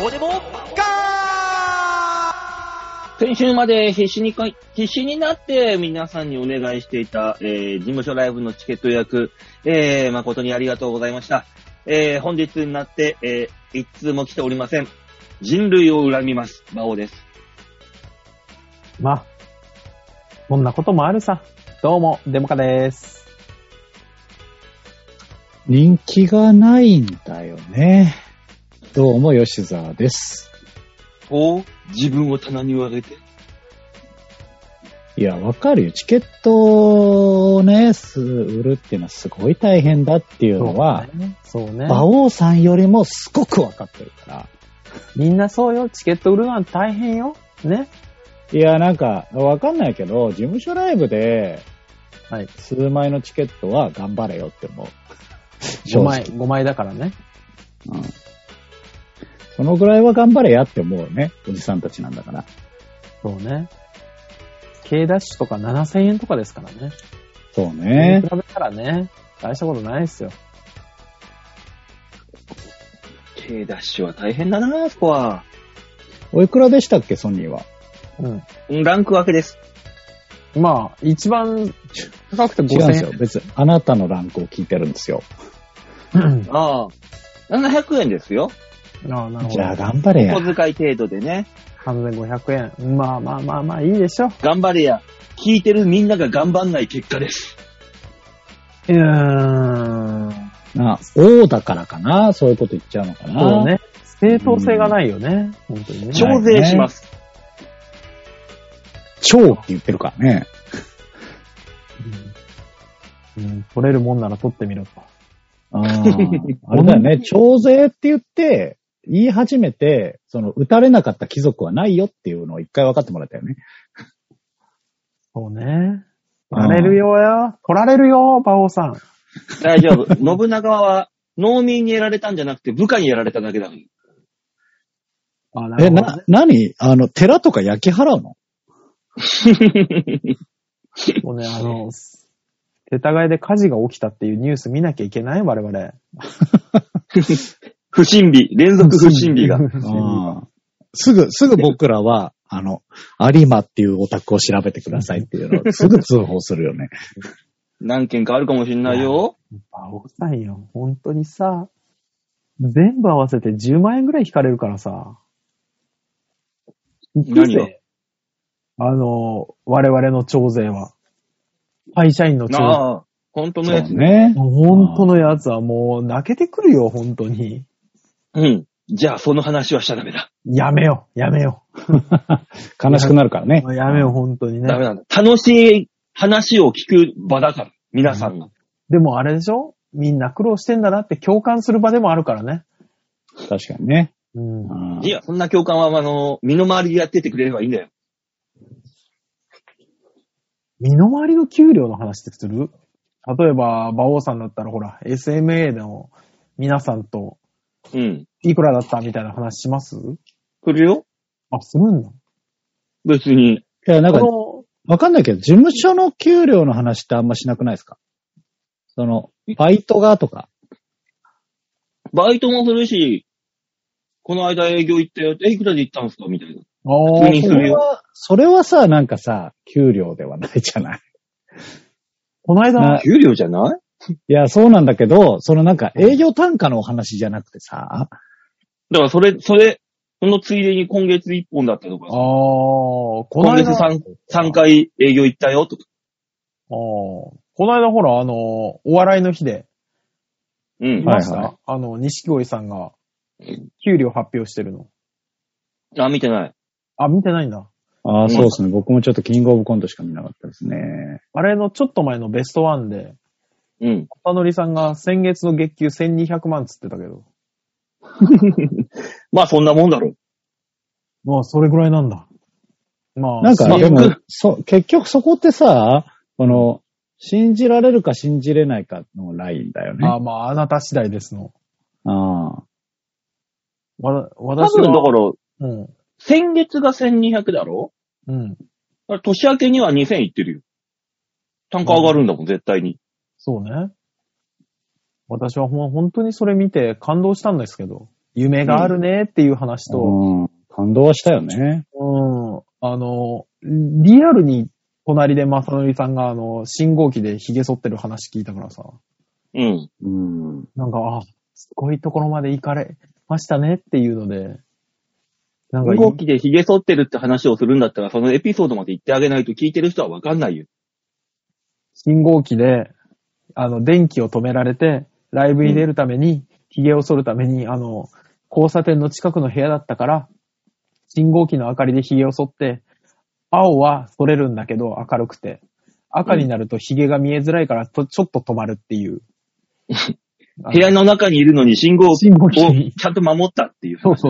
どうでもガ先週まで必死になって皆さんにお願いしていた、事務所ライブのチケット予約、誠にありがとうございました。本日になって、一通も来ておりません。人類を恨みます。魔王です。 まあ、こんなこともあるさ。どうも、デモカです。 人気がないんだよね。どうも、吉沢です。 自分を棚に上げて。 いや、わかるよ。チケットをね、売るっていうのはすごい大変だっていうのは、 そうね。 馬王さんよりもすごくわかってるから。 みんなそうよ。チケット売るのは大変よ。ね。 いや、なんか、わかんないけど、事務所ライブで、 はい。 数枚のチケットは頑張れよって思う。 5枚だからね。 うん。そのぐらいは頑張れやって思うね。おじさんたちなんだから。 そうね。K ダッシュとか7000円とかですからね。 そうね。 比べたらね、大したことないですよ。 K ダッシュは大変だな、そこは。 おいくらでしたっけ、ソニーは。 ランク分けです。 まあ、一番高くて5000円。 違うんですよ。別に、あなたのランクを聞いてるんですよ。 ああ。700円ですよ。 ああ、なるほど。 じゃあ頑張れや。 小遣い程度でね。 3500円。まあ、いいでしょ。 頑張れや。聞いてるみんなが頑張んない結果です。 王だからかな、そういうこと言っちゃうのかな。 そうね。正当性がないよね。本当にね。 徴税します。 超って言ってるからね。 取れるもんなら取ってみろと。 あれだよね。徴税って言って、言い始めて、撃たれなかった貴族はないよっていうのを一回分かってもらったよね。 そうね。取られるよ、馬王さん。 大丈夫。信長は農民にやられたんじゃなくて部下にやられただけだ。 何寺とか焼き払うの？ もうね、世田谷で火事が起きたっていうニュース見なきゃいけない我々。 不審火、連続不審火が。 すぐ僕らは、有馬っていうオタクを調べてくださいっていうのをすぐ通報するよね。 何件かあるかもしんないよ。 馬王さんよ、本当にさ、全部合わせて10万円ぐらい引かれるからさ。 何よ。 我々の徴税は。会社員の徴税。 ああ、本当のやつね。 本当のやつはもう泣けてくるよ、本当に。 うん。じゃあ、その話はしちゃダメだ。 やめよ。 悲しくなるからね。 やめよ、本当にね。 ダメなんだ。楽しい話を聞く場だから、皆さんが。 でもあれでしょ？みんな苦労してんだなって共感する場でもあるからね。 確かにね。 いや、そんな共感は、身の回りでやっててくれればいいんだよ。 身の回りの給料の話ってする？例えば、馬王さんだったらほら、SMA の皆さんと、いくらだったみたいな話します？ するよ。 あ、するんだ。 別に。 いや、なんか、わかんないけど、事務所の給料の話ってあんましなくないですか？バイトがとか。 バイトもするし、この間営業行ったよ。いくらで行ったんですかみたいな。 普通にするよ。 それはさ、なんかさ、給料ではないじゃない。 この間。 給料じゃない？ いや、そうなんだけど、なんか営業単価のお話じゃなくてさ。 だからそのついでに今月1本だったとか。今月3回営業行ったよとか。 この間ほら、お笑いの日で。見ました？ はいはい、 錦鯉さんが、給料発表してるの。 あ、見てない。 あ、見てないんだ。 ああ、そうですね。僕もちょっとキングオブコントしか見なかったですね。 あれのちょっと前のベストワンで、小田則さんが先月の月給1200万つってたけど。 まあそんなもんだろ。 まあそれぐらいなんだ。まあ。 なんかでも、結局そこってさ、信じられるか信じれないかのラインだよね。 まああなた次第ですの。私は。 多分だから、先月が1200だろ？年明けには2000いってるよ。単価上がるんだもん、絶対に。 そうね。私は本当にそれ見て感動したんですけど。 夢があるねっていう話と、 感動はしたよね。 リアルに隣で正則さんが信号機で髭剃ってる話聞いたからさ。 うん。 なんか、すごいところまで行かれましたねっていうので、 なんか信号機で髭剃ってるって話をするんだったら、そのエピソードまで言ってあげないと聞いてる人はわかんないよ。 信号機で、電気を止められて、ライブに出るために、髭を剃るために、交差点の近くの部屋だったから、信号機の明かりで髭を剃って、青は剃れるんだけど明るくて、赤になると髭が見えづらいからちょっと止まるっていう。 部屋の中にいるのに信号機をちゃんと守ったっていう。 そう。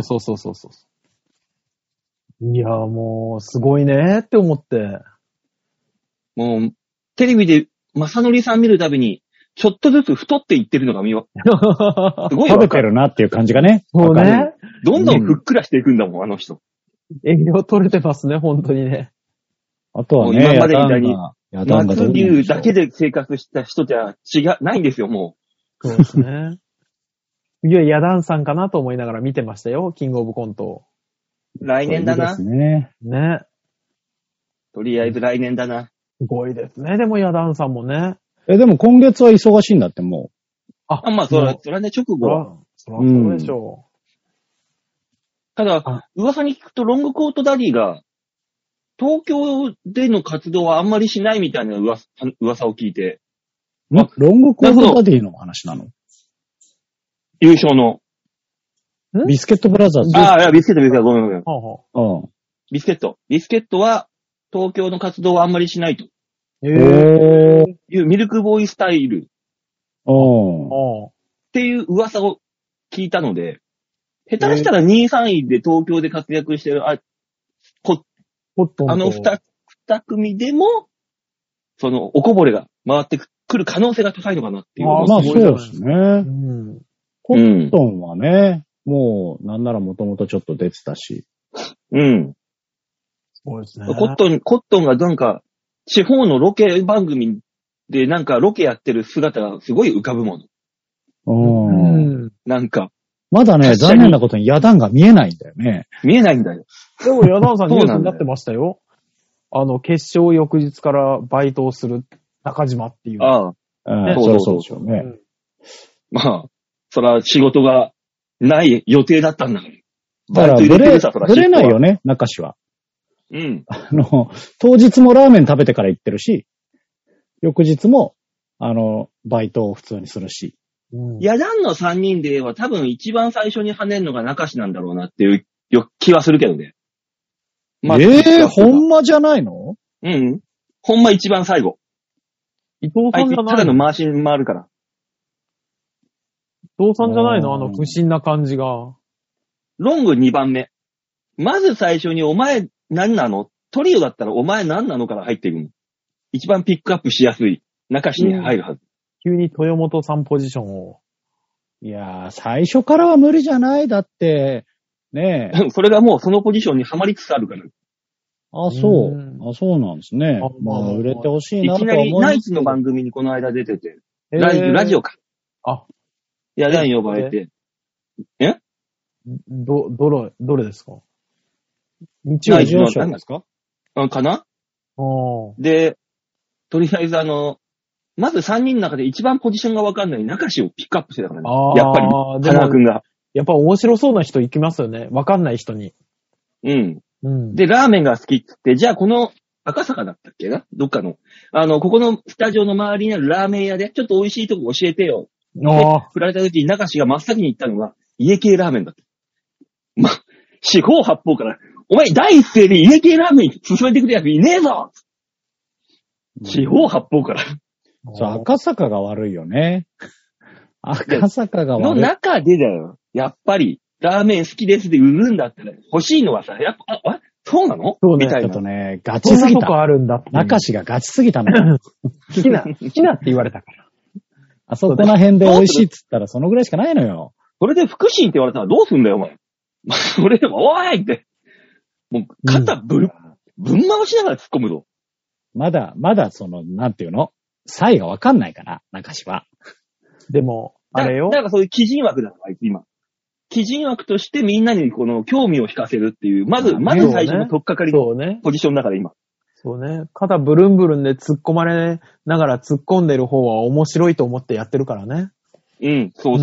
いや、もう、すごいねって思って。 もう、テレビで正則さん見るたびに、ちょっとずつ太っていってるのがすごい食べてるなっていう感じがね。 そうね。 どんどんふっくらしていくんだもん、あの人。 栄養取れてますね、本当にね。 あとはね、 今までみたいに、松流だけで生活した人じゃないんですよ、もう。そうですね。いや、ヤダンさんかなと思いながら見てましたよ、キングオブコント。 来年だな。 そうですね。 ね。 とりあえず来年だな。 すごいですね、でもヤダンさんもね。 でも今月は忙しいんだって、もう。 まあ、それはね、直後は。 そらそうでしょう。 ただ、噂に聞くとロングコートダディが、東京での活動はあんまりしないみたいな噂を聞いて。 ロングコートダディの話なの？ 優勝の。 ビスケットブラザーズ。 ビスケット、ごめん。ビスケットは、東京の活動はあんまりしないと。いうミルクボーイスタイル。っていう噂を聞いたので、下手したら2位、3位で東京で活躍してる、二組でも、その、おこぼれが回ってくる可能性が高いのかなっていう。 まあそうですね。コットンはね、もう、なんならもともとちょっと出てたし。 そうですね。 コットンがなんか、地方のロケ番組でなんかロケやってる姿がすごい浮かぶもの。なんか。 まだね、残念なことにヤダンが見えないんだよね。 見えないんだよ。 でもヤダンさんニュースになってましたよ。決勝翌日からバイトをする中島っていう。 そうでしょうね。 まあ、そら仕事がない予定だったんだから。 だからブレないよね、中志は。当日もラーメン食べてから行ってるし、翌日も、バイトを普通にするし。 ヤダンの3人では多分一番最初に跳ねるのが中志なんだろうなっていう気はするけどね。 ほんまじゃないの？ ほんま一番最後。 伊藤さんじゃないの？ ただの回しに回るから。 伊藤さんじゃないの？不審な感じが。 ロング2番目。まず最初にお前何なの？トリオだったらお前何なのから入っていくの。一番ピックアップしやすい中志に入るはず。 急に豊本さんポジションを。 いやー、最初からは無理じゃない？だって、ねえ。 それがもうそのポジションにはまりつつあるから。 そうなんですね。まあ、売れてほしいなと思います。 いきなりナイツの番組にこの間出てて。ラジオか。ヤダン呼ばれて。 どれですか？ 日曜日の何ですか？ かな？で、とりあえずまず3人の中で一番ポジションがわかんない中志をピックアップしてたからね。やっぱり、花君が。 やっぱ面白そうな人行きますよね。わかんない人に。 で、ラーメンが好きって言って、じゃあこの赤坂だったっけな？どっかの。ここのスタジオの周りにあるラーメン屋で、ちょっと美味しいとこ教えてよ。で、振られた時に中志が真っ先に行ったのが、家系ラーメンだった。四方八方から、お前第一声で家系ラーメン進めてくれやついねえぞ！四方八方から。 赤坂が悪いよね。赤坂が悪い。 の中でだよ。やっぱり、ラーメン好きですで売るんだったら、欲しいのはさ、やっぱ、そうなの？ そうね。 みたいな。 ちょっとね、ガチすぎた。 あるんだ。 中志がガチすぎたの。 好きなって言われたから。 あそこら辺で美味しいっつったらそのぐらいしかないのよ。 それで福神って言われたらどうすんだよ、お前。それでも、おいって。もう、肩ぶん回しながら突っ込むぞ。 まだ、なんていうの？差異がわかんないから、中志は。 でも、あれよ。 だからそういう基人枠だろ、あいつ今。 基人枠としてみんなにこの興味を引かせるっていう、まず最初の取っかかりのポジションだから今。 そうね。肩ブルンブルンで突っ込まれながら突っ込んでる方は面白いと思ってやってるからね。 うん、そう。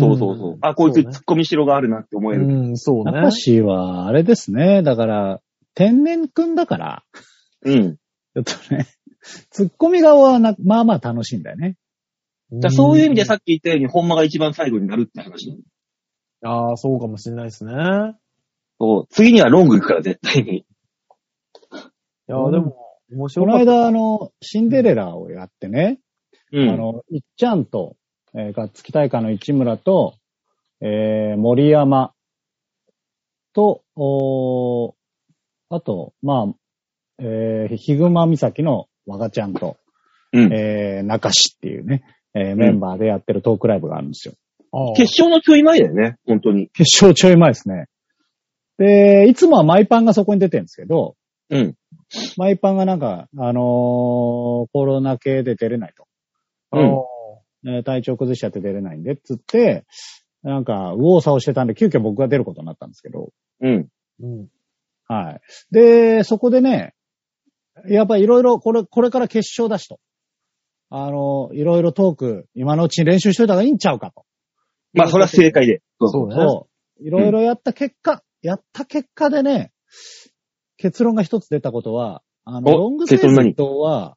あ、こいつ突っ込みしろがあるなって思える。 うん、そうね。 高橋は、あれですね。だから、天然くんだから。 うん。 ちょっとね、突っ込み側はまあまあ楽しいんだよね。 そういう意味でさっき言ったように、ほんまが一番最後になるって話なの。 ああ、そうかもしれないですね。 そう。次にはロング行くから絶対に。 いや、でも、面白こかった。 の間、シンデレラをやってね、 うん。 いっちゃんと、ガッツキ大会の市村と、森山と、あと、まあ、ヒグマ岬の和賀ちゃんと、 うん。 中志っていうね、メンバーでやってるトークライブがあるんですよ。 決勝のちょい前だよね、本当に。 決勝ちょい前ですね。で、いつもはマイパンがそこに出てるんですけど、 うん。 マイパンがなんか、コロナ系で出れないと。体調崩しちゃって出れないんで、つって、なんか、右往左往してたんで、急遽僕が出ることになったんですけど。 うん。 はい。で、そこでね、やっぱいろいろ、これから決勝だしと。いろいろトーク、今のうちに練習しといた方がいいんちゃうかと。 まあ、それは正解で。 そうね。 そう。いろいろやった結果でね、結論が一つ出たことは、ロングサイズ伊藤は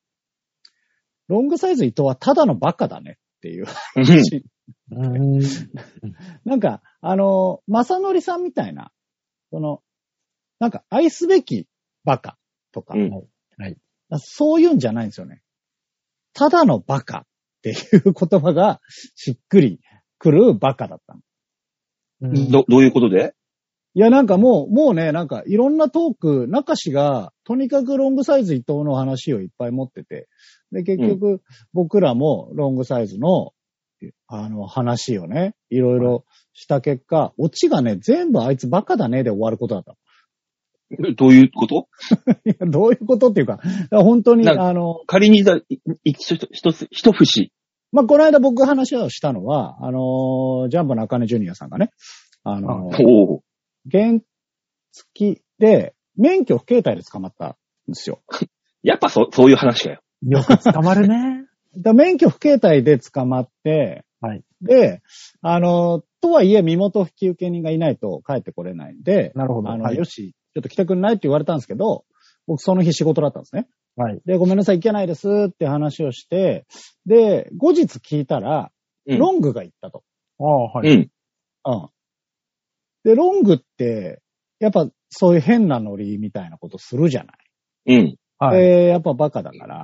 ただのバカだねっていう話。なんか、正則さんみたいな、なんか愛すべきバカとか、はい、そういうんじゃないんですよね。ただのバカっていう言葉がしっくりくるバカだったの。どういうことで？ いや、なんかもうね、なんかいろんなトーク、中志がとにかくロングサイズ伊藤の話をいっぱい持ってて、で、結局僕らもロングサイズの話をね、いろいろした結果、オチがね、全部あいつバカだねで終わることだった。 どういうこと？ いや、どういうことっていうか、本当に仮に一節。 まあ、この間僕話をしたのは、ジャンボ中根ジュニアさんがね、原付で免許不携帯で捕まったんですよ。 やっぱそういう話かよ。 よく捕まるね。 免許不携帯で捕まって、はい。で、とはいえ身元引受人がいないと帰ってこれないんで、 なるほど。 よし、ちょっと来てくんないって言われたんですけど、僕その日仕事だったんですね。 はい。 で、ごめんなさい、行けないですって話をして、で、後日聞いたら、ロングが行ったと。 はい。 で、ロングって、やっぱそういう変なノリみたいなことするじゃない。はい。やっぱバカだから、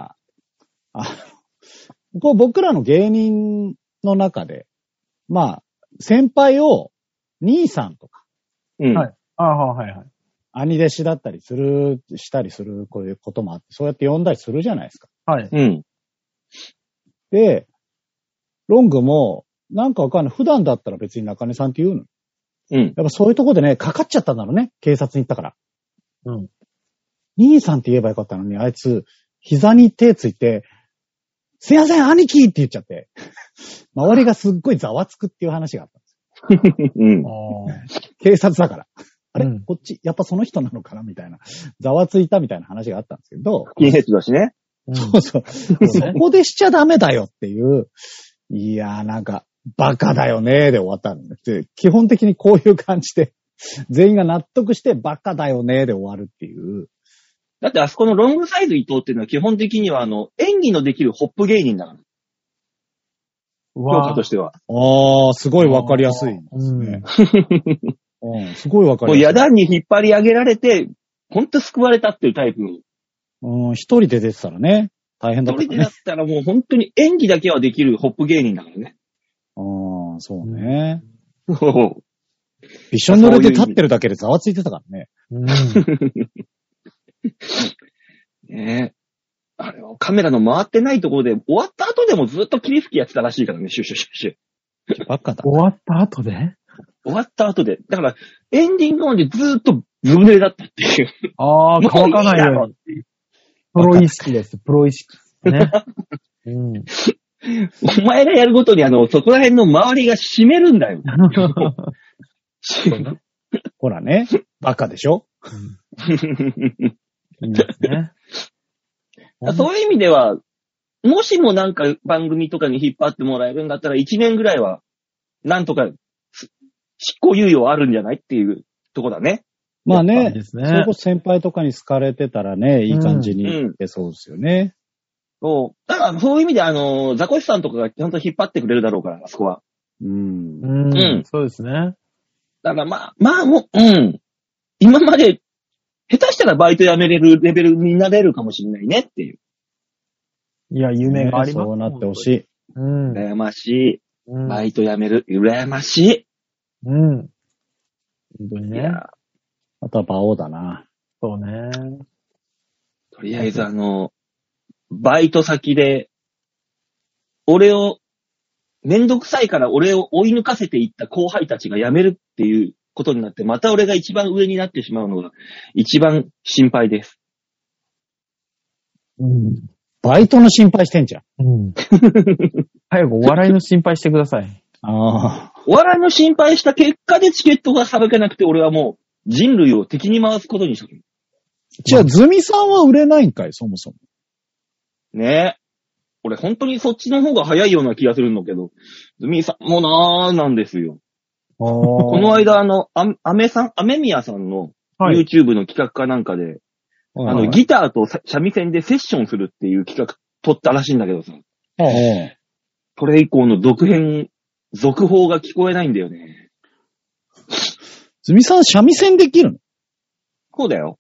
僕らの芸人の中で、まあ、先輩を兄さんとか、 はい。はいはい。 兄弟子だったりしたりするこういうこともあって、そうやって呼んだりするじゃないですか。 はい。 で、ロングも、なんかわかんない。普段だったら別に中根さんって言うの。やっぱそういうとこでね、かかっちゃったんだろうね。警察に行ったから。兄さんって言えばよかったのに、あいつ、膝に手ついて、すいません、兄貴って言っちゃって、周りがすっごいざわつくっていう話があったんですよ。警察だから。あれ、こっち、やっぱその人なのかなみたいな。ざわついたみたいな話があったんですけど。 スキンヘッドだしね。 そうそう。そこでしちゃダメだよっていう。いやーなんか、バカだよねーで終わったんです。基本的にこういう感じで、全員が納得してバカだよねーで終わるっていう。 だってあそこのロングサイズ伊藤っていうのは基本的には演技のできるホップ芸人だから。評価としては。 すごいわかりやすいですね。すごいわかりやすい。 野団に引っ張り上げられて、ほんと救われたっていうタイプの。一人で出てたらね、大変だったね。 一人でだったらもう本当に演技だけはできるホップ芸人だからね。 そうね。びしょ濡れて立ってるだけでざわついてたからね。 ねえ。あれはカメラの回ってないところで、終わった後でもずっと霧吹きやってたらしいからね、シュシュシュシュ。 バカだ。終わった後で？ 終わった後で。だから、エンディングまでずっとずぶ濡れだったっていう。 乾かないように。プロ意識です、プロ意識。ね。 お前らやるごとにそこら辺の周りが湿るんだよ。 ほらね、バカでしょ、 いいですね。 そういう意味では、もしもなんか番組とかに引っ張ってもらえるんだったら1年ぐらいは、なんとか執行猶予あるんじゃないっていうとこだね。 まあね、 ですね。 それこそ先輩とかに好かれてたらね、いい感じにいってそうですよね。 そう。だからそういう意味でザコシさんとかがちゃんと引っ張ってくれるだろうから、あそこは。 そうですね。 だからまあもう、今まで、下手したらバイト辞めれるレベルになれるかもしれないねっていう。 いや、夢があります。 そうなってほしい。 羨ましい。バイト辞める。羨ましい。 本当にね。 あとは馬王だな。 そうね。 とりあえずバイト先で、めんどくさいから俺を追い抜かせていった後輩たちが辞めるっていうことになって、また俺が一番上になってしまうのが一番心配です。 バイトの心配してんじゃん。 早くお笑いの心配してください。 お笑いの心配した結果でチケットがさばけなくて、俺はもう人類を敵に回すことにした。 じゃあ、ズミさんは売れないんかい、そもそも。 ねえ。俺本当にそっちの方が早いような気がするんだけど、ズミさんもなーなんですよ。この間アメミヤさんの YouTube の企画かなんかで、ギターと三味線でセッションするっていう企画撮ったらしいんだけどさ。それ以降の続報が聞こえないんだよね。 ズミさん三味線できるの？ そうだよ。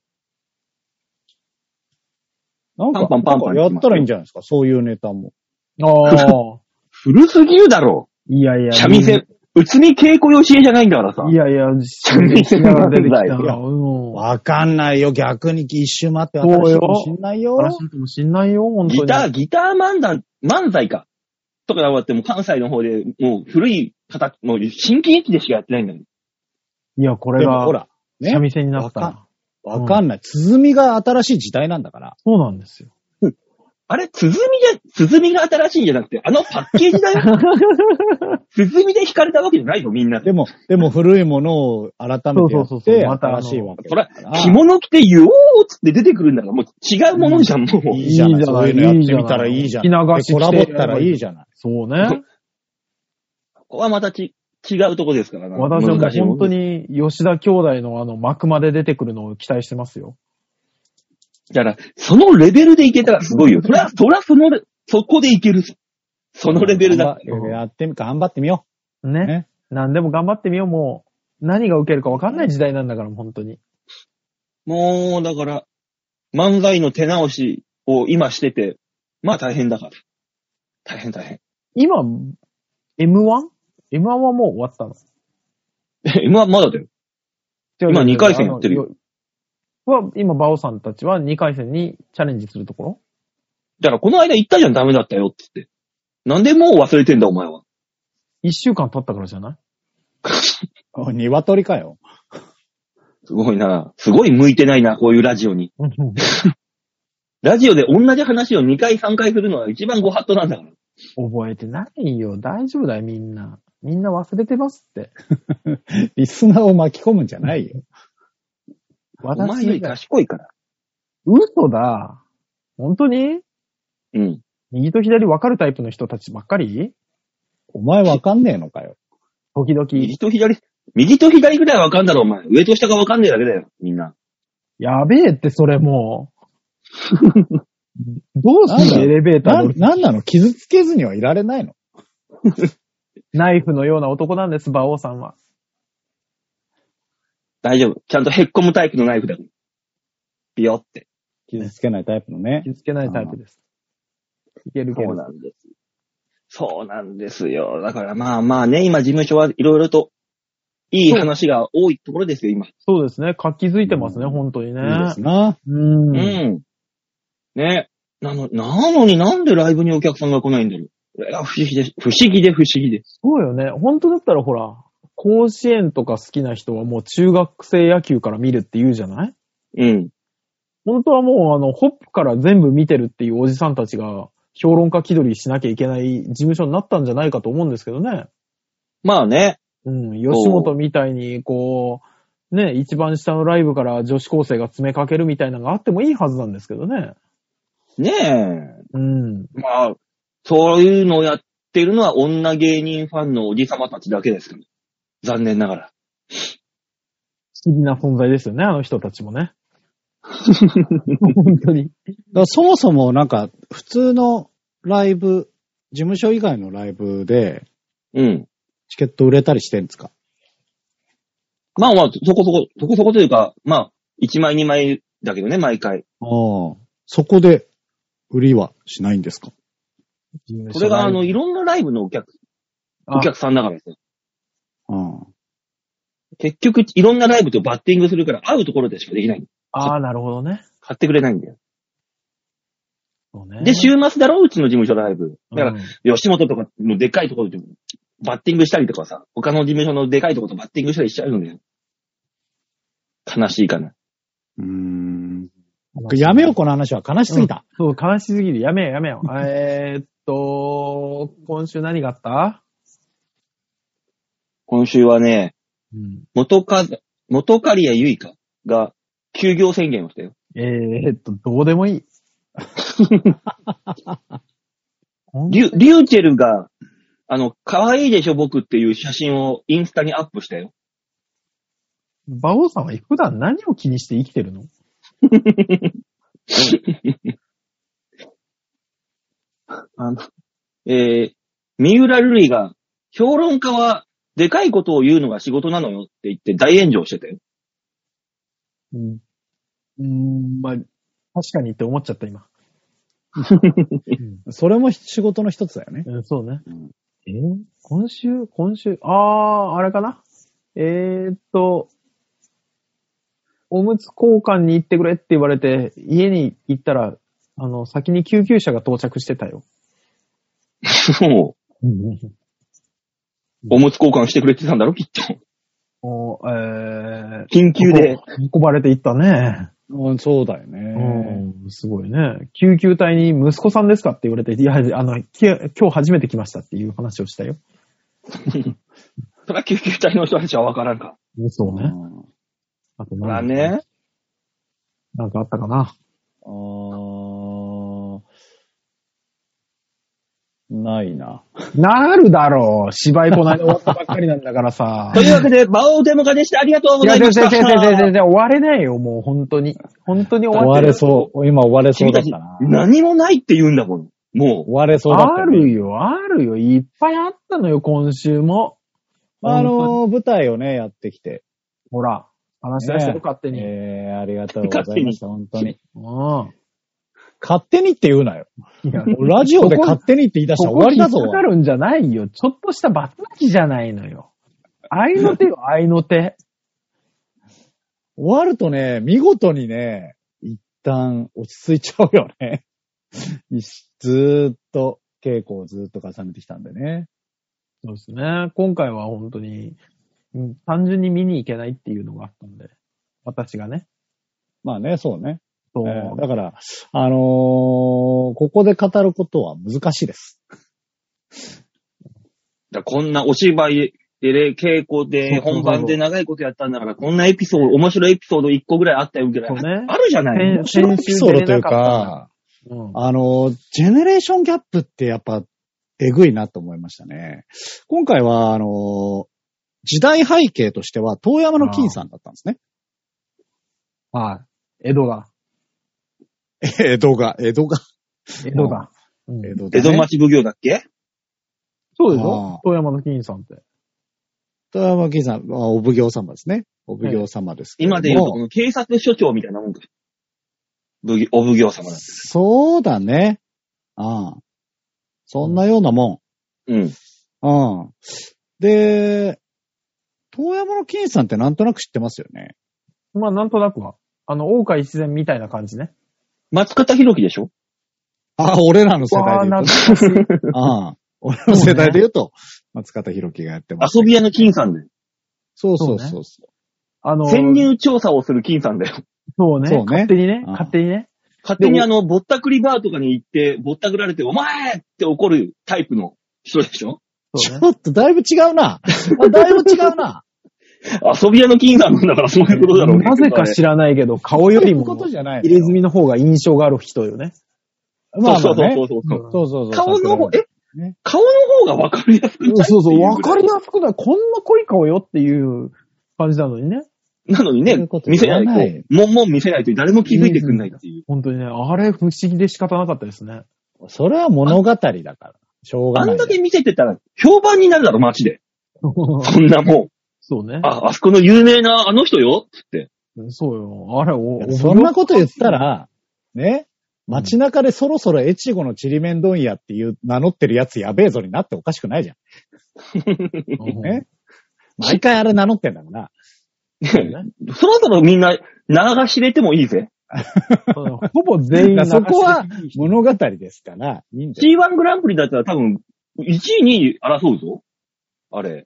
なんかやったらいいんじゃないですか、そういうネタも。 古すぎるだろ。 いやいや。 三味線、内海稽古よしえじゃないんだからさ。 いやいや、三味線が出てきた。 わかんないよ。逆に一周待って新しいかもしんないよ。 新しいかもしんないよ、本当に。 ギター漫才か。とかっても関西の方でもう古い方、もう新喜劇でしかやってないんだよ。いや、これが、ほら、三味線になったら。 わかんない。鼓が新しい時代なんだから。 そうなんですよ。 あれ、鼓が新しいんじゃなくて、パッケージだよ。鼓で弾かれたわけじゃないよ、みんな。 でも古いものを改めてやって新しいわけ。 それ、着物着て言おうっつって出てくるんだから、もう違うものじゃん、もう。 いいじゃない。そういうのやってみたらいいじゃん。コラボったらいいじゃない。 そうね。 ここはまた違うとこですからな。 私はもう本当に吉田兄弟の幕まで出てくるのを期待してますよ。 だから、そのレベルでいけたらすごいよ。それはそこでいける。そのレベルだ。 頑張ってみよう。ね。何でも頑張ってみよう。もう、何が受けるか分かんない時代なんだから、本当に。 もう、だから、漫才の手直しを今してて、まあ大変だから。大変。 今、M1 はもう終わったの ？M1 まだだよ。今2回戦やってるよ。 今、バオさんたちは2回戦にチャレンジするところ？ だからこの間言ったじゃん、ダメだったよって言って。なんでもう忘れてんだ、お前は。 1週間経ったからじゃない？ 鶏かよ。 すごいな。すごい向いてないな、こういうラジオに。ラジオで同じ話を2回3回するのは一番ご法度なんだから。 覚えてないよ。大丈夫だよ、みんな。みんな忘れてますって。 リスナーを巻き込むんじゃないよ。 お前より賢いから。 嘘だ。本当に？ うん。 右と左分かるタイプの人たちばっかり？ お前分かんねえのかよ。 時々。 右と左ぐらい分かんだろ、お前。上と下が分かんねえだけだよ、みんな。 やべえって、それもう。どうするエレベーターなんなの？傷つけずにはいられないの？ ナイフのような男なんです、馬王さんは。 大丈夫。ちゃんとへっこむタイプのナイフだ。ピヨって。 傷つけないタイプのね。 傷つけないタイプです。いける。 そうなんです。そうなんですよ。だからまあね、今事務所はいろいろといい話が多いところですよ、今。 そうですね。活気づいてますね、本当にね。 いいですな。 ね。なのになんでライブにお客さんが来ないんだろう。これが不思議で。 そうよね。本当だったらほら、甲子園とか好きな人はもう中学生野球から見るって言うじゃない？ うん。 本当はもうホップから全部見てるっていうおじさんたちが評論家気取りしなきゃいけない事務所になったんじゃないかと思うんですけどね。 まあね。 うん、吉本みたいに、こう、ね、一番下のライブから女子高生が詰めかけるみたいなのがあってもいいはずなんですけどね。 ねえ。 うん。 まあ、そういうのをやってるのは女芸人ファンのおじさまたちだけですから。残念ながら。 不思議な存在ですよね、あの人たちもね。本当に。 だからそもそもなんか、普通のライブ、事務所以外のライブで、 うん。 チケット売れたりしてんですか？ まあまあ、そこそこというか、まあ、1枚2枚だけどね、毎回。 ああ。そこで、売りはしないんですか？ それがいろんなライブのお客さんだからですよ。結局、いろんなライブとバッティングするから、会うところでしかできない。 ああ、なるほどね。 買ってくれないんだよ。 そうね。 で、週末だろ、うちの事務所ライブ。だから、吉本とかのでかいところでバッティングしたりとかさ、他の事務所のでかいところとバッティングしたりしちゃうのね。悲しいかな。 やめよう、この話は。悲しすぎた。 そう、悲しすぎる。やめよう。今週何があった？ 今週はね、元刈谷ゆいかが休業宣言をしたよ。 どうでもいい。 リューチェルが、可愛いでしょ僕っていう写真をインスタにアップしたよ。 馬王さんは普段何を気にして生きてるの？ 三浦瑠麗が、評論家はでかいことを言うのが仕事なのよって言って大炎上してたよ。 まあ、確かにって思っちゃった今。 それも仕事の一つだよね。 そうね。今週、あれかな？おむつ交換に行ってくれって言われて、家に行ったら、先に救急車が到着してたよ。 そう。おむつ交換してくれてたんだろ、きっと。緊急で。 運ばれていったね。 そうだよね。 すごいね。救急隊に息子さんですかって言われて、いや、今日初めて来ましたっていう話をしたよ。 それは救急隊の人たちはわからんか。 そうね。あと何ね。なんかあったかな。 ないな。 なるだろう。芝居こないで終わったばっかりなんだからさ。 というわけで、馬王デモカでしたありがとうございました。 全然終われないよ、もう本当に。本当に終われそう。 今終われそうだったな。 何もないって言うんだもん。もう。 終われそうだった、ね。 あるよ。いっぱいあったのよ、今週も。 舞台をね、やってきて。 ほら、話し出してる勝手に。 ありがとうございました、本当に。勝手にって言うなよ。ラジオで勝手にって言い出したら終わりだぞ。 かかるんじゃないよ。ちょっとしたバツナキじゃないのよ。愛の手よ、愛の手。 終わるとね、見事にね、一旦落ち着いちゃうよね。ずーっと、稽古をずーっと重ねてきたんでね。 そうですね。今回は本当に、単純に見に行けないっていうのがあったんで。私がね。 まあね、そうね。だから、ここで語ることは難しいです。 こんなお芝居で、稽古で、本番で長いことやったんだから、こんなエピソード、面白いエピソード1個ぐらいあったよぐらい、ね、あるじゃない。 面白いエピソードというか、ジェネレーションギャップってやっぱ、えぐいなと思いましたね。今回は、時代背景としては、遠山の金さんだったんですね。 はい。江戸だ。 江戸だ。 江戸町奉行だっけ？ そうでしょ？遠山の金さんって。 遠山の金さんはお奉行様ですね。お奉行様ですけども。 今で言うと、この警察署長みたいなもんか。お奉行様なんです。 そうだね。そんなようなもん。で、遠山の金さんってなんとなく知ってますよね。 まあ、なんとなくは。大岡一善みたいな感じね。 松方弘樹でしょ？ 俺らの世代で言うと。俺の世代で言うと、松方弘樹がやってます。 遊び屋の金さんで。 そう。 潜入調査をする金さんだよ。 そうね。勝手にね。勝手にぼったくりバーとかに行って、ぼったくられて、お前って怒るタイプの人でしょ？ そうね。 ちょっとだいぶ違うな。だいぶ違うな。 遊び屋の金さんなんだからそういうことだろうね。 なぜか知らないけど、顔よりも、 そういうことじゃない入れ墨の方が印象がある人よね。 まあまあね。 そう。顔の方、顔の方が分かりやすくない？ そう、分かりやすくない。こんな濃い顔よっていう感じなのにね。 なのにね、見せないと、もん見せないと誰も気づいてくんないっていう。 本当にね、あれ不思議で仕方なかったですね。 それは物語だから。しょうがない。 あんだけ見せてたら評判になるだろ、街で。そんなもん。 そうね。 あそこの有名なあの人よつって。 そうよ。あれ、 そんなこと言ったら、ね、街中でそろそろ越後のちりめん問屋っていう名乗ってるやつやべえぞになっておかしくないじゃん。ね、毎回あれ名乗ってんだから。 そろそろみんな、名が知れてもいいぜ。 ほぼ全員そこは物語ですから、いいんだよ。 C1 グランプリだったら多分、1位、2位争うぞ。あれ。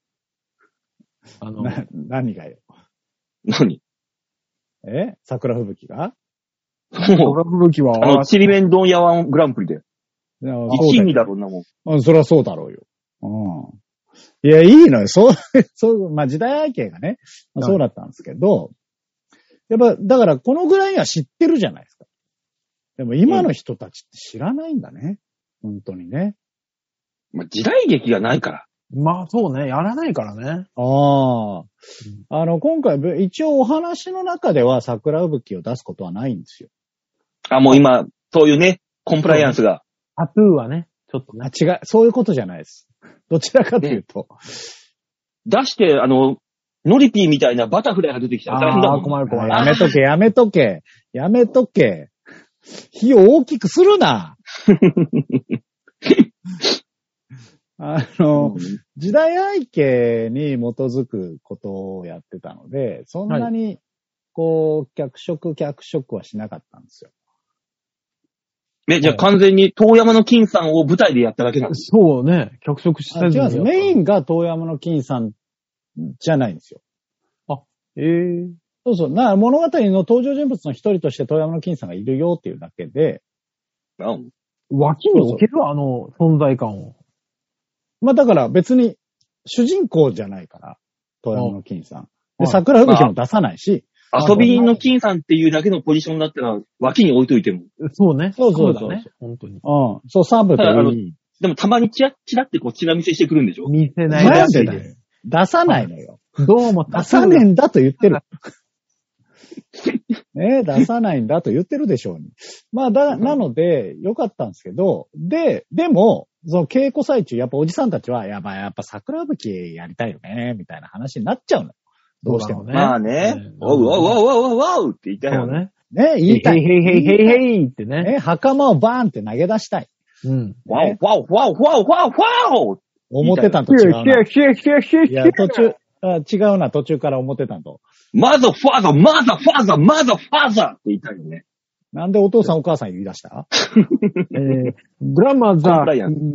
何がよ。 何？ 桜吹雪が桜吹雪は、 ちりめん問屋1グランプリで。1位、2位だろうなもん。 そりゃそうだろうよ。いや、いいのよ。まあ、時代背景がね、そうだったんですけど、やっぱ、だからこのぐらいには知ってるじゃないですか。でも今の人たちって知らないんだね。本当にね。 まあ、時代劇がないから。 まあそうね、やらないからね。 今回、一応お話の中では桜吹雪を出すことはないんですよ。 もう今、そういうね、コンプライアンスが。 タトゥーはね、ちょっとね。 違う、そういうことじゃないです。どちらかというと。 出して、ノリピーみたいなバタフライが出てきたら大変だもん。 困る。 やめとけ。火を大きくするな。時代背景に基づくことをやってたので、そんなに、脚色はしなかったんですよ。 じゃあ完全に遠山の金さんを舞台でやっただけなんですよ。そうね。脚色した違うんです。メインが遠山の金さんじゃないんですよ。そう。物語の登場人物の一人として遠山の金さんがいるよっていうだけで。 脇に置ける存在感を。 まあだから別に主人公じゃないから、遠山の金さん。で、桜吹雪も出さないし。 遊び人の金さんっていうだけのポジションだったら脇に置いといても。 そうね。 そうだね。本当に。 そう、サブといい。 でもたまにチラってチラ見せしてくるんでしょ？ 見せない。 なんでだよ。出さないのよ。 どうも出さねえんだと言ってる。出さないんだと言ってるでしょうに。まあ、なので、よかったんですけど、でも、その稽古最中、やっぱおじさんたちは、やっぱ桜吹雪やりたいよね、みたいな話になっちゃうの。どうしてもね。 まあね。おうって言いたいよね。 言いたい。 へいってね。 袴をバーンって投げ出したい。 わお思ってたんと違うな。いや、違うな、途中から思ってたんと。 マザーファーザーって言いたいよね。 なんでお父さんお母さん言い出したグランマザ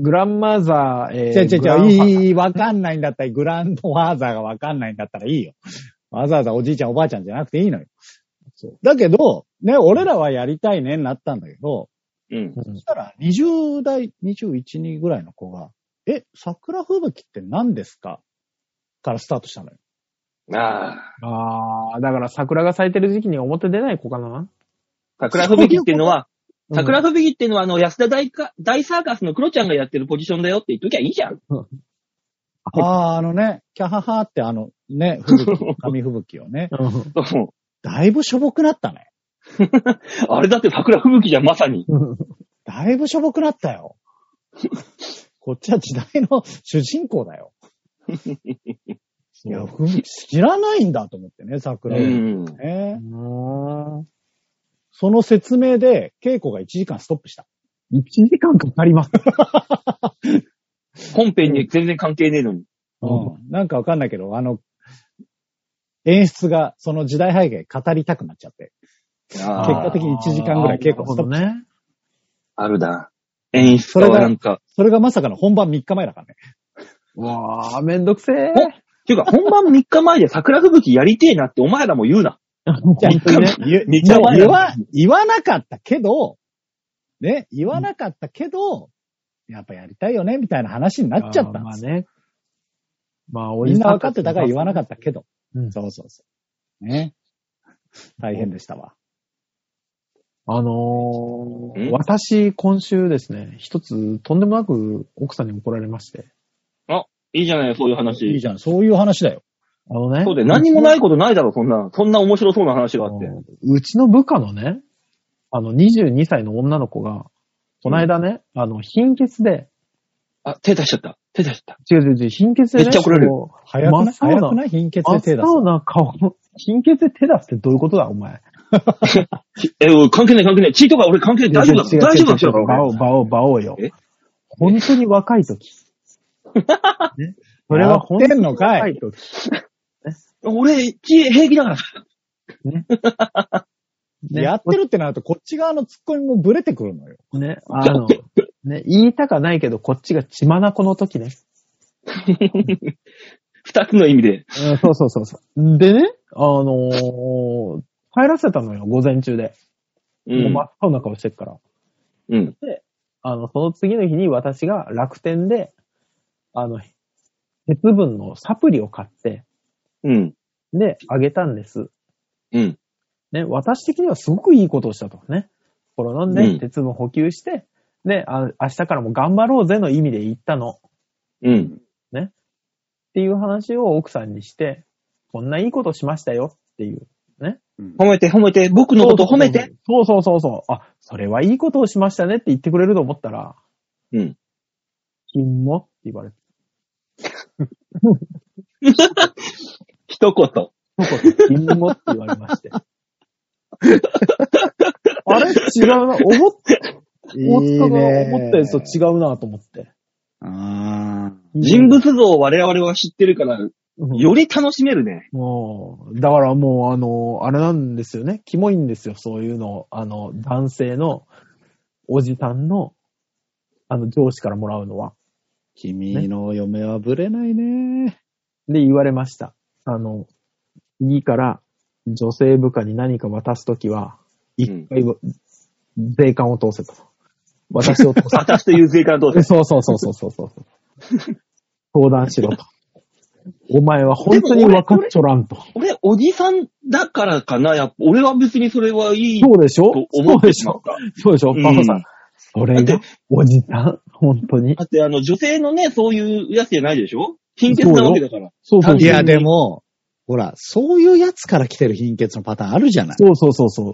ー、 わかんないんだったら、グランドファーザーがわかんないんだったらいいよ。わざわざおじいちゃんおばあちゃんじゃなくていいのよ。だけど、ね、俺らはやりたいねになったんだけど、そしたら20代、21、2ぐらいの子が、桜吹雪って何ですかからスタートしたのよ。 だから桜が咲いてる時期に表出ない子かな。 桜吹雪っていうのは、安田大サーカスのクロちゃんがやってるポジションだよって言っときゃいいじゃん。 キャハハって紙吹雪をね。だいぶしょぼくなったね。 あれだって桜吹雪じゃん、まさに。 だいぶしょぼくなったよ。こっちは時代の主人公だよ。いや、知らないんだと思ってね、桜吹雪ね。その説明で、稽古が1時間ストップした。 1時間かかります。 本編に全然関係ねえのに。 なんかわかんないけど、演出がその時代背景語りたくなっちゃって。結果的に1時間ぐらい稽古ストップした。 あるだ。演出がなんか。 それがまさかの本番3日前だからね。 わー、めんどくせー。 ていうか、本番3日前で桜吹雪やりてえなってお前らも言うな。 言わなかったけど、やっぱやりたいよね、みたいな話になっちゃったんですよ。 まあ、 みんな分かってたから言わなかったけど。うん。そうそうそう。ね。大変でしたわ。 私、今週ですね、一つ、とんでもなく奥さんに怒られまして。 あ、いいじゃない、そういう話。 いいじゃん、そういう話だよ。 そうで、何もないことないだろ、そんな面白そうな話があって。 うちの部下のね、22歳の女の子が、この間ね、貧血で。 あ、手出しちゃった。 違う、貧血でね。 めっちゃ怒られる。 早くない貧血で手出す。 真っ青な顔、貧血で手出すってどういうことだ、お前。 関係ない。血とか俺関係ない。大丈夫だ。 バオよ。本当に若い時。ね、それは本当に若い時。 俺、血平気だから。 ね。 やってるってなると、こっち側のツッコミもブレてくるのよ。 ね。ね、言いたかないけど、こっちが血眼の時ね。 二つの意味で。 そう。でね、帰らせたのよ、午前中で。もう真っ青な顔してるから。 うん。 で、その次の日に私が楽天で、鉄分のサプリを買って、 うん。 で、あげたんです。 うん。 ね、私的にはすごくいいことをしたとね。これ飲んで、鉄分補給して、で、明日からも頑張ろうぜの意味で言ったの。 うん。 ね。っていう話を奥さんにして、こんないいことしましたよっていう。ね。 褒めて、僕のこと褒めて。 そう。あ、それはいいことをしましたねって言ってくれると思ったら、 うん。 金もって言われて。 一言。 金もって言われまして。あれ違うな。思ったやつと違うなと思って。 人物像を我々は知ってるから、より楽しめるね。 だからもう、あれなんですよね。キモいんですよ。そういうの。男性のおじさんの、上司からもらうのは。 君の嫁はブレないね。 で、言われました。次から女性部下に何か渡すときは、一回、税関を通せと。私を通せ。 私という税関を通せ。 そう。相談しろと。お前は本当に分かっちょらんと。 俺、おじさんだからかな。俺は別にそれはいい。 そうでしょ。 と思ってしまった。 そうでしょ。パパさん。それが、おじさん。本当に。 だって女性のね、そういうやつじゃないでしょ。貧血なわけだから。 そう。いや、でも、ほら、そういうやつから来てる貧血のパターンあるじゃない。 そう。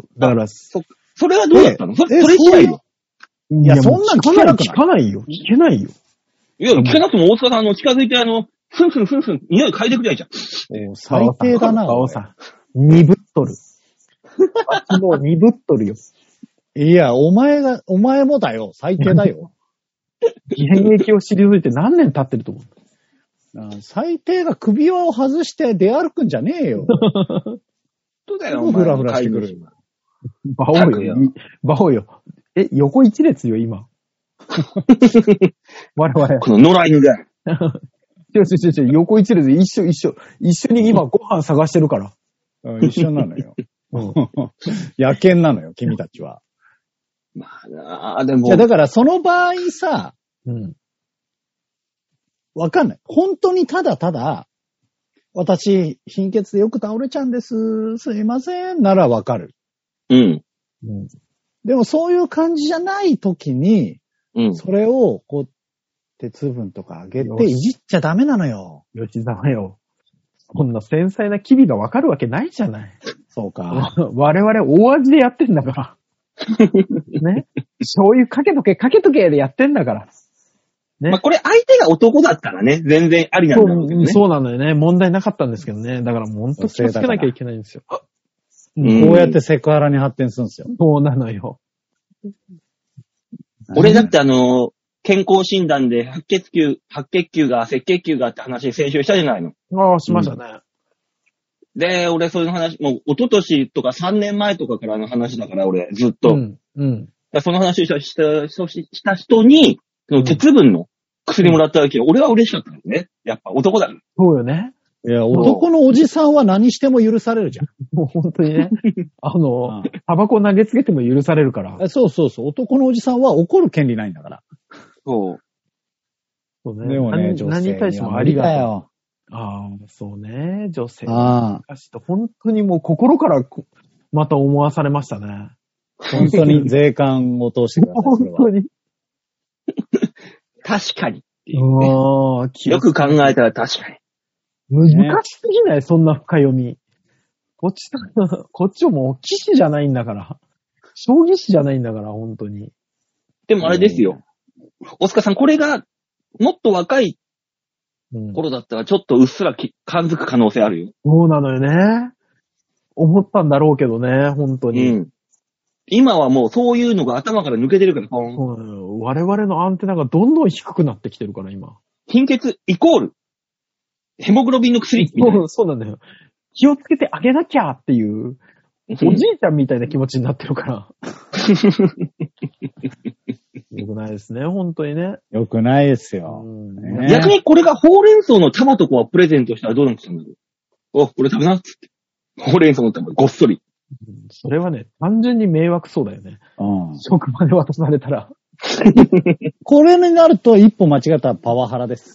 だから、 それはどうだったの？それしたいよ。 いや、そんなん聞かないよ。聞けないよ。 いや、聞けなくても大塚さん近づいてふん、匂い嗅いでくれないじゃん。 最低だな。 青さん。鈍っとる。もう鈍っとるよ。 いや、お前もだよ。最低だよ。 現役を退いて何年経ってると思う？ 最低が首輪を外して出歩くんじゃねえよ。 そうだよ、 フラフラしてくる。 バオよ。横一列よ、今。我々。 この野良犬が。 違う、横一列一緒に今ご飯探してるから。 一緒なのよ。野犬なのよ、君たちは。 まあなあ、でも。 だからその場合さ、わかんない。本当にただ、私、貧血でよく倒れちゃうんです。すいません。ならわかる。でもそういう感じじゃない時に、それを、鉄分とかあげていじっちゃダメなのよ。 吉沢よ。こんな繊細な機微がわかるわけないじゃない。 そうか。 我々大味でやってんだから。ね。醤油かけとけでやってんだから。ね。 まあ、これ相手が男だったらね、全然ありなんだろうけどね。 そうなのよね。問題なかったんですけどね。だからもう本当気をつけなきゃいけないんですよ。こうやってセクハラに発展するんですよ。 そうなのよ。 俺だって健康診断で白血球が赤血球がって話先週したじゃないの。 ああ、しましたね。 で、俺そういう話、もう一昨年とか3年前とかからの話だから、俺ずっと。その話をした人に、その鉄分の薬もらった時は、俺は嬉しかったんですね。やっぱ男だから。 そうよね。 いや、男のおじさんは何しても許されるじゃん。 もう本当にね。タバコ投げつけても許されるから。 そう。男のおじさんは怒る権利ないんだから。 そう。 そうね。 でもね、女性には無理だよ。 ああ、そうね。女性の昔と本当にもう心からまた思わされましたね。 本当に税関を通してください。 本当に。 確かにっていうね。よく考えたら確かに。 難しすぎない、そんな深読み。こっちはもう棋士じゃないんだから。将棋士じゃないんだから、本当に。 でもあれですよ。大塚さん、これがもっと若い頃だったらちょっとうっすら感づく可能性あるよ。 そうなのよね。思ったんだろうけどね、本当に。 今はもうそういうのが頭から抜けてるから、 我々のアンテナがどんどん低くなってきてるから、今。 貧血イコール、ヘモグロビンの薬みたいな。 そうなんだよ。気をつけてあげなきゃっていう、おじいちゃんみたいな気持ちになってるから。よくないですね、本当にね。 よくないですよ。 逆にこれがほうれん草の玉とかをプレゼントしたらどうなんですかね。お、これ食べなっつって。ほうれん草の玉、ごっそり。 それはね、単純に迷惑そうだよね。職場で渡されたら。 これになると一歩間違ったらパワハラです。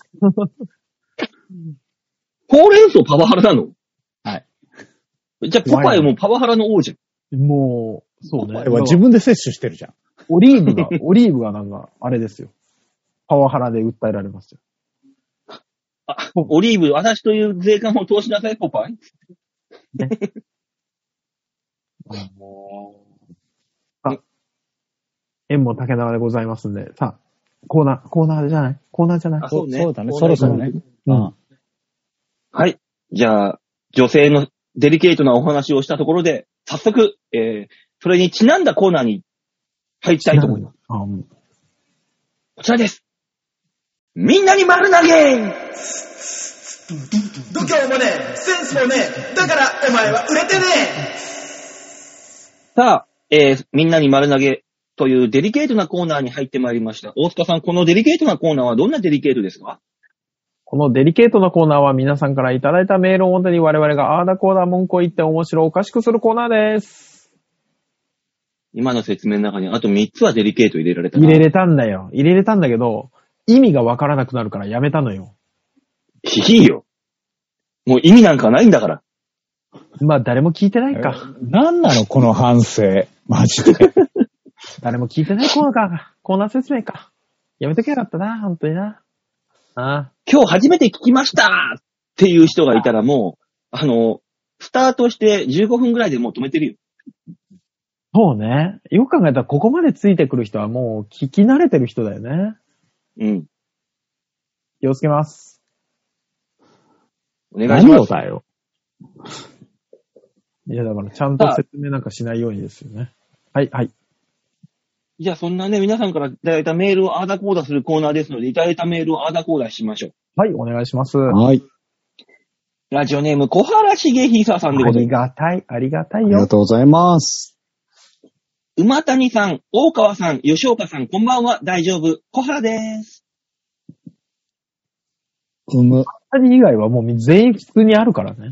ほうれん草パワハラなの？ はい。 じゃあ、ポパイもパワハラの王者。 もう、そうね。 ポパイは自分で摂取してるじゃん。 オリーブがなんか、あれですよ。パワハラで訴えられますよ。 オリーブ、私という税関を通しなさい、ポパイ。ね縁も竹縄でございますんで、さあ、コーナーじゃないあ、そうね。 そうだね。そろそろね。 はい。じゃあ、女性のデリケートなお話をしたところで、早速、それにちなんだコーナーに入りたいと思います。こちらです。みんなに丸投げ度胸もねえ、センスもねえ、だからお前は売れてねえ。 さあ、みんなに丸投げというデリケートなコーナーに入ってまいりました。大塚さん、このデリケートなコーナーはどんなデリケートですか？ このデリケートなコーナーは皆さんからいただいたメールをもとに我々があーだこーだ文句を言って面白おかしくするコーナーです。 今の説明の中にあと3つはデリケート入れられたな。 入れれたんだけど、意味がわからなくなるからやめたのよ。 いいよ。もう意味なんかないんだから。 まあ誰も聞いてないか。 なんなのこの反省。マジで。 誰も聞いてないコーナー説明か。やめときゃよかったな、本当にな。 今日初めて聞きましたっていう人がいたらもう、スタートして15分ぐらいでもう止めてるよ。 そうね。よく考えたらここまでついてくる人はもう聞き慣れてる人だよね。 うん。 気をつけます。 お願いします。 何をだよ。 いやだからちゃんと説明なんかしないようにですよね。はい。 じゃあそんなね、皆さんからいただいたメールをあーだこーだするコーナーですので、いただいたメールをあーだこーだしましょう。 はい、お願いします。 はい。 ラジオネーム、小原茂久さんでございます。 ありがたいよ。 ありがとうございます。 馬谷さん、大川さん、吉岡さん、こんばんは、大丈夫。小原です。 馬谷以外はもう全員普通にあるからね。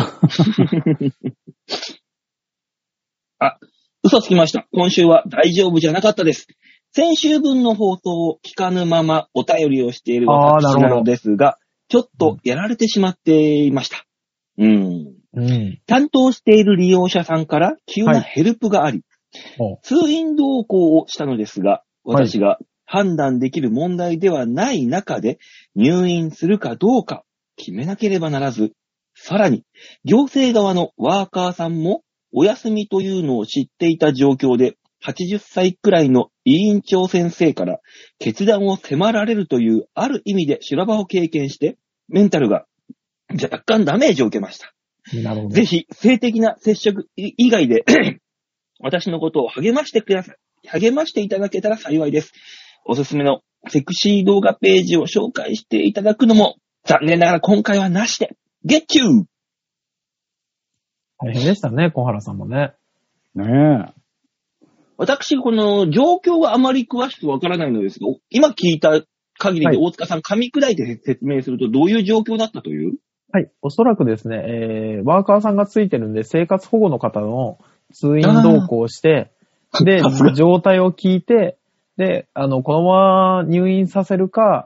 あ、嘘つきました。今週は大丈夫じゃなかったです。先週分の放送を聞かぬままお便りをしている私なのですが、ちょっとやられてしまっていました。担当している利用者さんから急なヘルプがあり、通院同行をしたのですが、私が判断できる問題ではない中で入院するかどうか決めなければならず、さらに行政側のワーカーさんもお休みというのを知っていた状況で、80歳くらいの委員長先生から決断を迫られるというある意味で修羅場を経験して、メンタルが若干ダメージを受けました。 なるほど。 ぜひ性的な接触以外で私のことを励ましてください。励ましていただけたら幸いです。おすすめのセクシー動画ページを紹介していただくのも残念ながら今回はなしで。ゲッチュー！ 大変でしたね、小原さんもね。 ねえ。 私、この状況があまり詳しくわからないのですが、今聞いた限りで大塚さん、噛み砕いて説明するとどういう状況だったという？ はい、おそらくですね、ワーカーさんがついてるんで、生活保護の方の通院同行して、で、状態を聞いて、で、このまま入院させるか、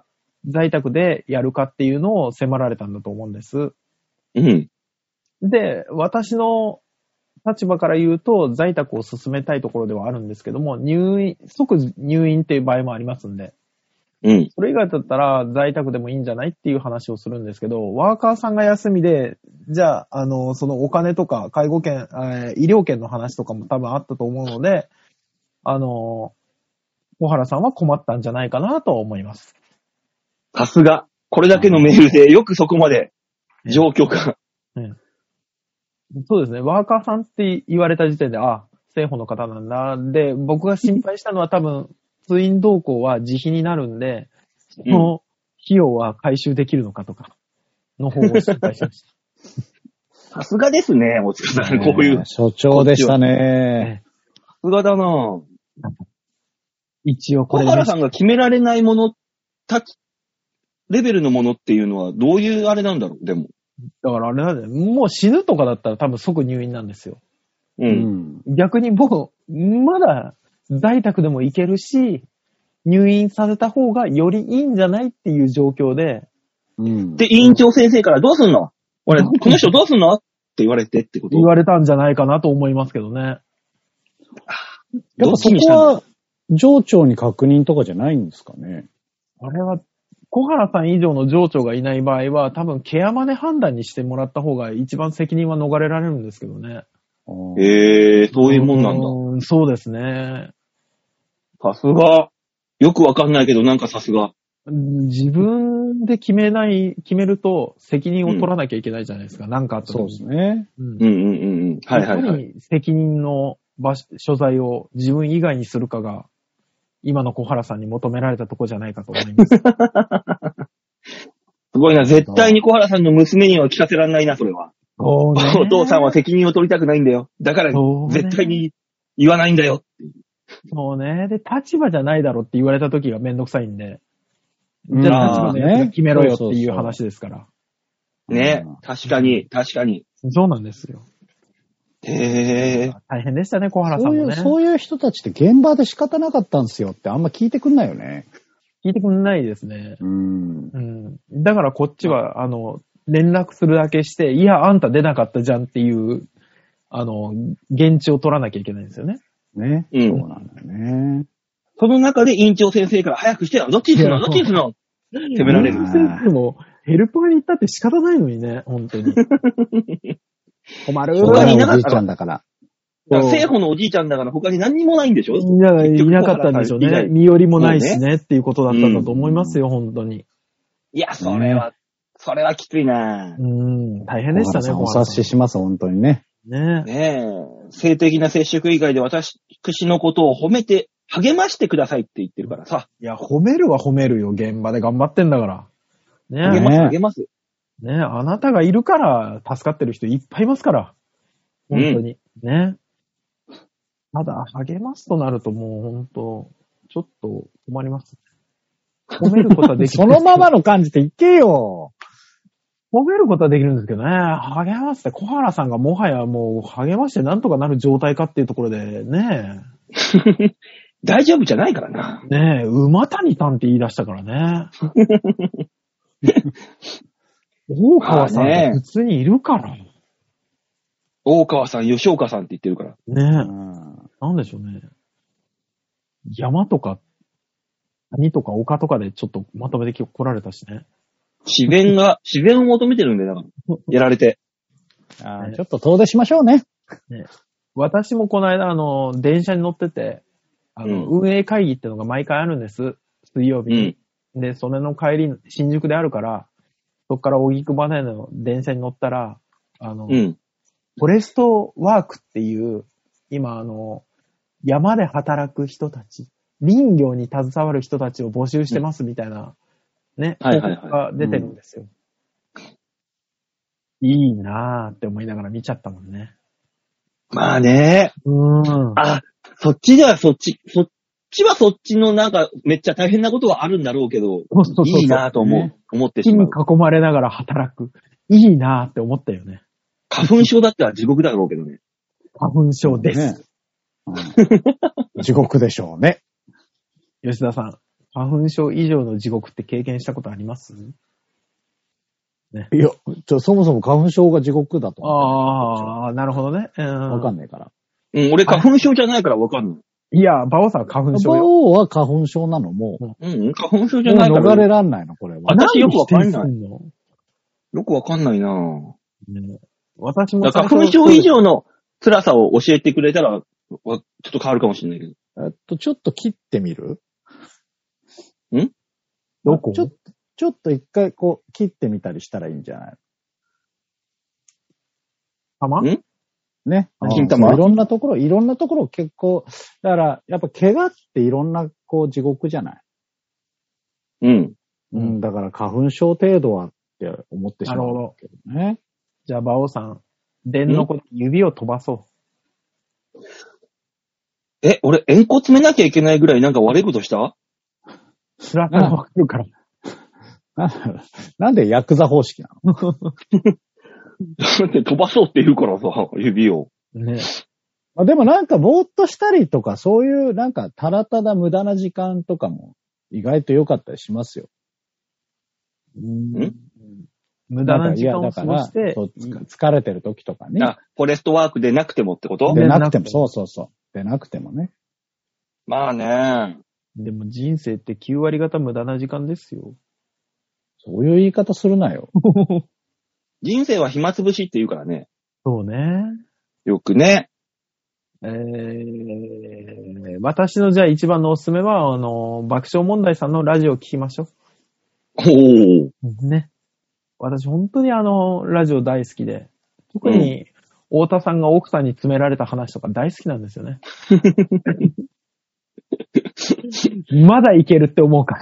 在宅でやるかっていうのを迫られたんだと思うんです。 うん。 で、私の立場から言うと、在宅を進めたいところではあるんですけども、即入院っていう場合もありますんで。 うん。 それ以外だったら在宅でもいいんじゃないっていう話をするんですけど、ワーカーさんが休みで、じゃあ、そのお金とか介護券、医療券の話とかも多分あったと思うので、小原さんは困ったんじゃないかなと思います。 さすが。これだけのメールでよくそこまで状況が。 そうですね。ワーカーさんって言われた時点で、生保の方なんだ。で、僕が心配したのは多分、通院同行は自費になるんで、その費用は回収できるのかとか、の方を心配しました。 さすがですね、お疲れさん。こういう。 所長でしたね。 さすがだな。 一応これ、 小原さんが決められないもの、レベルのものっていうのはどういうあれなんだろう、でも。 だからあれなんだよ。もう死ぬとかだったら多分即入院なんですよ。 うん。 逆にもう、まだ在宅でも行けるし、入院させた方がよりいいんじゃないっていう状況で。 うん。で、委員長先生からどうすんの？俺、この人どうすんのって言われてってこと？ 言われたんじゃないかなと思いますけどね。 やっぱそこは、上長に確認とかじゃないんですかね。 あれは、小原さん以上の上長がいない場合は、多分ケアマネ判断にしてもらった方が一番責任は逃れられるんですけどね。 そういうもんなんだ。 そうですね。 さすが。よくわかんないけど、なんかさすが。 自分で決めると責任を取らなきゃいけないじゃないですか。なんかあった時に。 そうですね。 はいはいはい。 責任の所在を自分以外にするかが、今の小原さんに求められたとこじゃないかと思います。 すごいな。絶対に小原さんの娘には聞かせられないな、それは。お父さんは責任を取りたくないんだよ。だから、絶対に言わないんだよ。 そうね。で、立場じゃないだろって言われた時がめんどくさいんで。じゃあ立場のやつ決めろよっていう話ですから。 ね。確かに。 そうなんですよ。 大変でしたね、小原さんもね。 そういう人たちって現場で仕方なかったんですよってあんま聞いてくんないよね。 聞いてくんないですね。だからこっちは、連絡するだけして、いや、あんた出なかったじゃんっていう、現地を取らなきゃいけないんですよね。 ね。そうなんだよね。 その中で院長先生から早くしてよ。どっちにするの責められる。 先生も、ヘルパーに行ったって仕方ないのにね、本当に。 困る。他にいなかった。おじいちゃんだから。 生保のおじいちゃんだから他に何にもないんでしょ？ いなかったんでしょうね。身寄りもないしねっていうことだったんだと思いますよ、本当に。 いや、それはきついな。 大変でしたね、 お察しします、本当にね。 ねえ。性的な接触以外で私のことを褒めて、励ましてくださいって言ってるからさ。 いや、褒めるは褒めるよ、現場で頑張ってんだから。 ねえ。励ます。 ねえ、あなたがいるから助かってる人いっぱいいますから。本当に。ね。ただ、励ますとなるともう本当、ちょっと困ります。褒めることはできる。 そのままの感じでいけよ。 褒めることはできるんですけどね。励ますって、小原さんがもはやもう励ましてなんとかなる状態かっていうところでね。 大丈夫じゃないからな。 ねえ、馬谷さんって言い出したからね。大川さんって普通にいるから。 大川さん、吉岡さんって言ってるから。 ねえ。なんでしょうね。山とか、谷とか丘とかでちょっとまとめて来られたしね。 自然を求めてるんで、だから。やられて。 ちょっと遠出しましょうね。 私もこの間、電車に乗ってて、運営会議ってのが毎回あるんです。水曜日に。で、それの帰り、新宿であるから、そっから荻窪までの電車に乗ったら、フォレストワークっていう、今山で働く人たち、林業に携わる人たちを募集してますみたいな、ね、報告が出てるんですよ。いいなーって思いながら見ちゃったもんね。 まあね。そっちはそっちのなんかめっちゃ大変なことはあるんだろうけど、いいなぁと思ってしまう。 木に囲まれながら働く。いいなぁって思ったよね。 花粉症だったら地獄だろうけどね。 花粉症です。 地獄でしょうね。 吉田さん、 花粉症以上の地獄って経験したことあります？ ね、いや、そもそも花粉症が地獄だと思う。 ああ、なるほどね。 わかんないから。 俺花粉症じゃないからわかんない。 いや、馬王さんは花粉症よ。 馬王は花粉症なのもう。花粉症じゃないから。 逃れらんないのこれは。 私よくわかんない。よくわかんないなぁ。 私も花粉症以上の辛さを教えてくれたら、ちょっと変わるかもしれないけど。 ちょっと切ってみる？ どこ？ ちょっと一回こう切ってみたりしたらいいんじゃない？ 玉？ ね。 金玉？ いろんなところ結構、だから、やっぱ怪我っていろんなこう地獄じゃない？だから花粉症程度はって思ってしまうけどね。 じゃあ、馬王さん、電の子で指を飛ばそう。 俺、円弧詰めなきゃいけないぐらいなんか悪いことした？ それはわかるから。 なんでヤクザ方式なの？ だって飛ばそうって言うからさ、指を。 ね。 でもなんかぼーっとしたりとか、そういうなんかただただ無駄な時間とかも意外と良かったりしますよ。 無駄な時間を過ごして。 疲れてる時とかね。 フォレストワークでなくてもってこと？ でなくても、そう。でなくてもね。 まあね。 でも人生って9割方無駄な時間ですよ。 そういう言い方するなよ。 人生は暇つぶしって言うからね。 そうね。 よくね。 私のじゃあ一番のおすすめは、爆笑問題さんのラジオを聞きましょう。 おー。 ね。私本当にラジオ大好きで、特に太田さんが奥さんに詰められた話とか大好きなんですよね。まだいけるって思うから。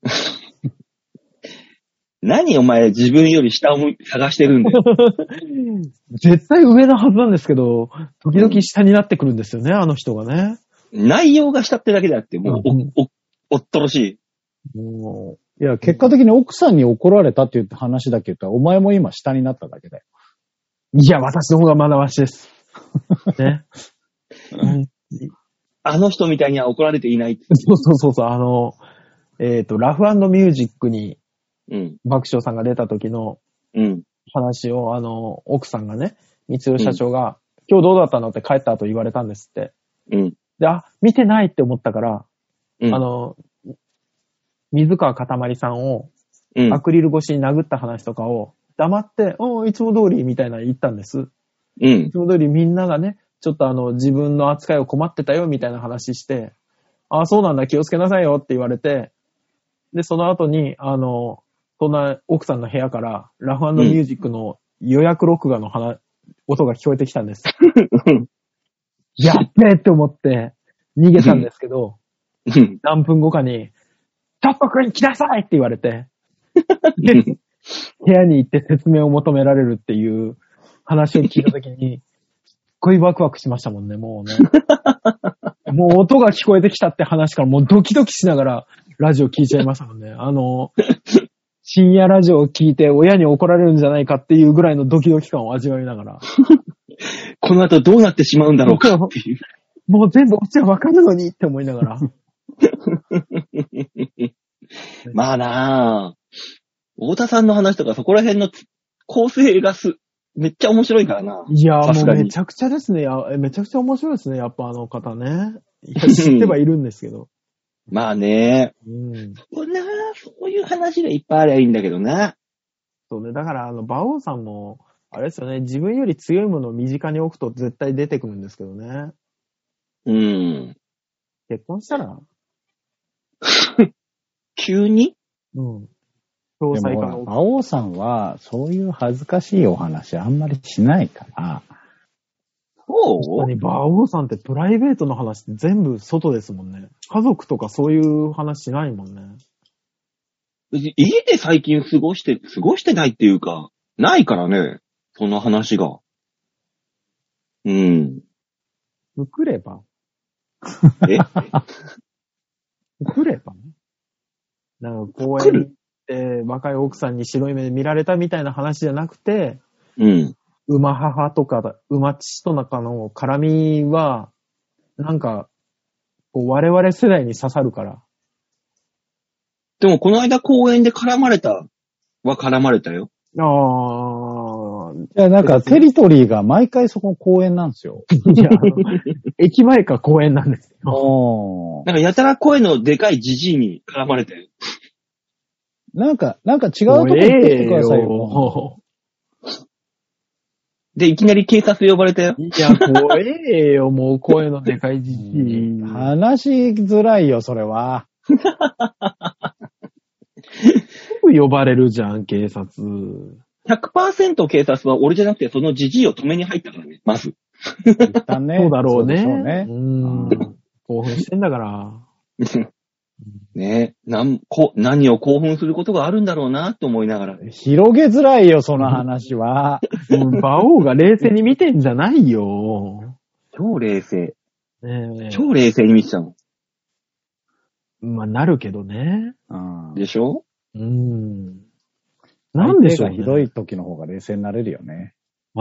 何お前自分より下を探してるんだよ。 絶対上なはずなんですけど、時々下になってくるんですよね、あの人がね。 内容が下ってだけであって、もう、おっとろしい。 もういや、結果的に奥さんに怒られたって言った話だけ言ったら、お前も今下になっただけだよ。 いや、私の方がまだマシです。ね。 あの人みたいには怒られていないって。 そう。ラフ&ミュージックに、爆笑さんが出た時の話を、奥さんがね、三代社長が、今日どうだったのって帰った後言われたんですって。で、見てないって思ったから、水川かたまりさんを、アクリル越しに殴った話とかを、黙って、いつも通りみたいな言ったんです。いつも通りみんながね、ちょっと自分の扱いを困ってたよみたいな話して、そうなんだ、気をつけなさいよって言われて、で、その後に、そんな奥さんの部屋から、ラフ&ミュージックの予約録画の音が聞こえてきたんです。やっべえって思って、逃げたんですけど、何分後かに、ちょっと来なさいって言われて、で部屋に行って説明を求められるっていう話を聞いたときに、すっごいワクワクしましたもんね、もうね。もう音が聞こえてきたって話からもうドキドキしながらラジオ聞いちゃいましたもんね。深夜ラジオを聞いて親に怒られるんじゃないかっていうぐらいのドキドキ感を味わいながら。 この後どうなってしまうんだろうかっていう。 もう全部オチはわかるのにって思いながら。 まあなぁ。太田さんの話とかそこら辺の構成がめっちゃ面白いからな。 いや、もうめちゃくちゃですね。めちゃくちゃ面白いですね。やっぱあの方ね。いや、知ってはいるんですけど。 まあね。そういう話がいっぱいありゃいいんだけどな。 そうね。だから馬王さんも、あれですよね。自分より強いものを身近に置くと絶対出てくるんですけどね。結婚したら急に？ 詳細化の。馬王さんは、そういう恥ずかしいお話あんまりしないから。 そう？ 確かに馬王さんってプライベートの話って全部外ですもんね。家族とかそういう話しないもんね。 家で最近過ごしてないっていうか、ないからね。その話が。 作ればえ作ればなんか公園に行って若い奥さんに白い目で見られたみたいな話じゃなくて、馬母とか馬父とかの絡みは、なんか、こう我々世代に刺さるから。 でもこの間公園で絡まれたよ。 いや、なんか、テリトリーが毎回そこ公園なんですよ。 いや、駅前か公園なんですよ。 なんかやたら声のでかいジジイに絡まれたよ。 なんか違うとこ行ってきてくださいよ。 で、いきなり警察呼ばれたよ。 いや、怖えよ、もう声のでかいじじい。 話しづらいよ、それは。 すぐ呼ばれるじゃん、警察。 100% 警察は俺じゃなくてそのジジイを止めに入ったからね、まず。 一旦ね。 そうだろうね。 そうね。 興奮してんだから。 ねえ、何を興奮することがあるんだろうなと思いながら。 広げづらいよ、その話は。 馬王が冷静に見てんじゃないよ。 超冷静。 ねえ、 超冷静に見てたの。 まあ、なるけどね。 でしょ？ なんでしょうね。 ひどい時の方が冷静になれるよね。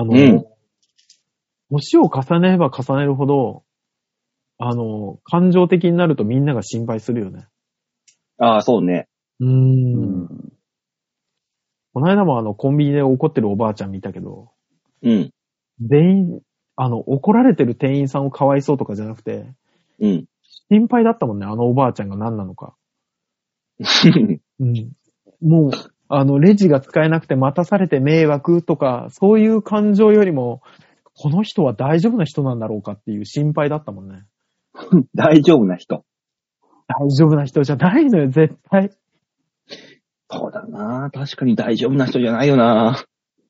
年を重ねれば重ねるほど、感情的になるとみんなが心配するよね。 ああ、そうね。 この間もコンビニで怒ってるおばあちゃん見たけど、全員、怒られてる店員さんをかわいそうとかじゃなくて、心配だったもんね、あのおばあちゃんが何なのか。もう、レジが使えなくて待たされて迷惑とか、そういう感情よりも、この人は大丈夫な人なんだろうかっていう心配だったもんね。 大丈夫な人。 大丈夫な人じゃないのよ、絶対。 そうだな。確かに大丈夫な人じゃないよな。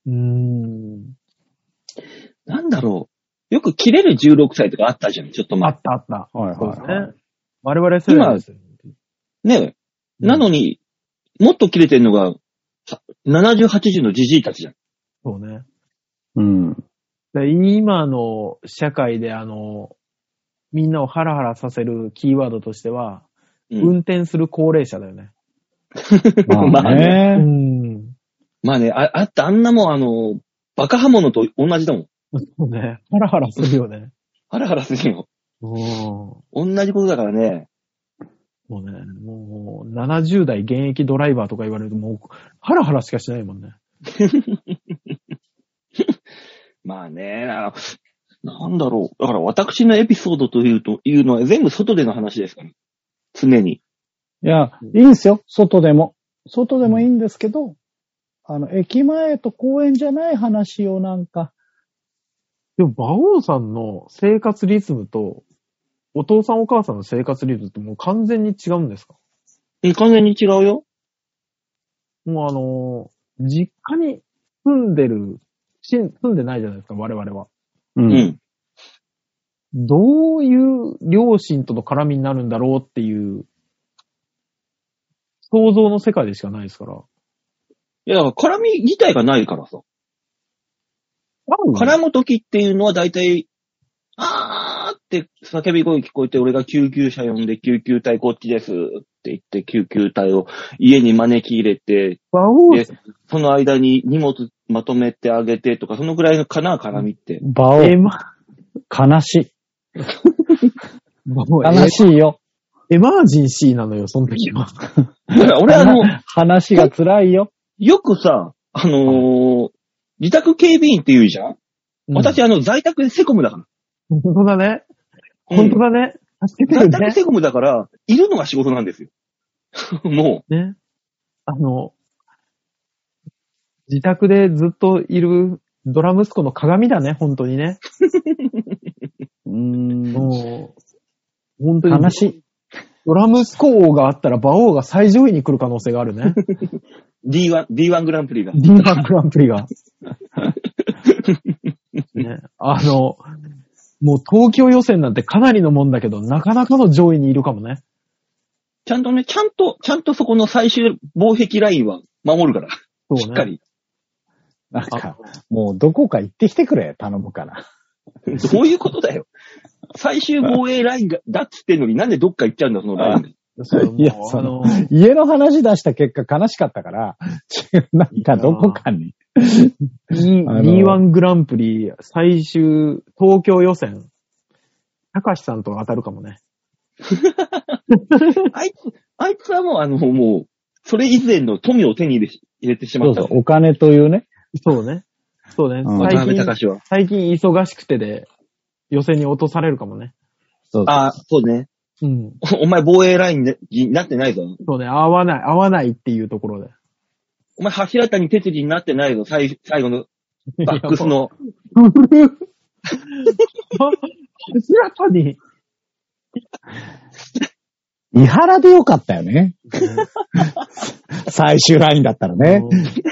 なんだろう。よく切れる16歳とかあったじゃん。ちょっと待って。 あった。 はいそうですね。我々世代ですよ。 ねえ。なのに、もっと切れてんのが、70、80のジジイたちじゃん。 そうね。 で今の社会でみんなをハラハラさせるキーワードとしては、運転する高齢者だよね。 まあね。まあね、あんなもんバカ刃物と同じだもん。 そうね。ハラハラするよね。 ハラハラするよ。同じことだからね。 もう70代現役ドライバーとか言われるともう、ハラハラしかしないもんね。 まあね、なんだろう。だから私のエピソードというのは全部外での話ですから。常に。 いや、いいんですよ。外でもいいんですけど、駅前と公園じゃない話をなんか。 でも、馬王さんの生活リズムと、お父さんお母さんの生活リズムってもう完全に違うんですか？ 完全に違うよ。 もう実家に住んでないじゃないですか、我々は。どういう両親との絡みになるんだろうっていう、想像の世界でしかないですから。 いや、だから絡み自体がないからさ。絡むときっていうのは大体、あーって叫び声聞こえて、俺が救急車呼んで救急隊こっちですって言って救急隊を家に招き入れて、でその間に荷物まとめてあげてとか、そのぐらいの絡みって。 悲しい。悲しいよ。 エマージンシーなのよ、その時は。 俺話が辛いよ。 よくさ、自宅警備員って言うじゃん、私在宅でセコムだから。 本当だね。本当だね。助けてるね。 在宅セコムだから、いるのが仕事なんですよ。もう。 ね。自宅でずっといるドラ息子の鏡だね、本当にね。もう、本当に。 悲しい。 ドラ息子王があったら馬王が最上位に来る可能性があるね。 D1 グランプリが。 D1 グランプリが。ね、もう東京予選なんてかなりのもんだけど、なかなかの上位にいるかもね。 ちゃんとそこの最終防壁ラインは守るから。そうね。しっかり。 なんか、もうどこか行ってきてくれ、頼むから。 そういうことだよ。最終防衛ラインだっつってんのになんでどっか行っちゃうんだ、そのラインで。 いや、家の話出した結果悲しかったから、なんかどこかに。 D1 グランプリ最終東京予選、高橋さんと当たるかもね。 あいつはもうもうそれ以前の富を手に入れてしまった。 そうそう、お金というね。 そうね。そうね。最近忙しくてで、予選に落とされるかもね。 そうそうね。 うん。 お前防衛ラインになってないぞ。 そうね、合わないっていうところで。 お前柱谷哲司になってないぞ、最後のバックスの。 柱谷。 伊原でよかったよね。最終ラインだったらね。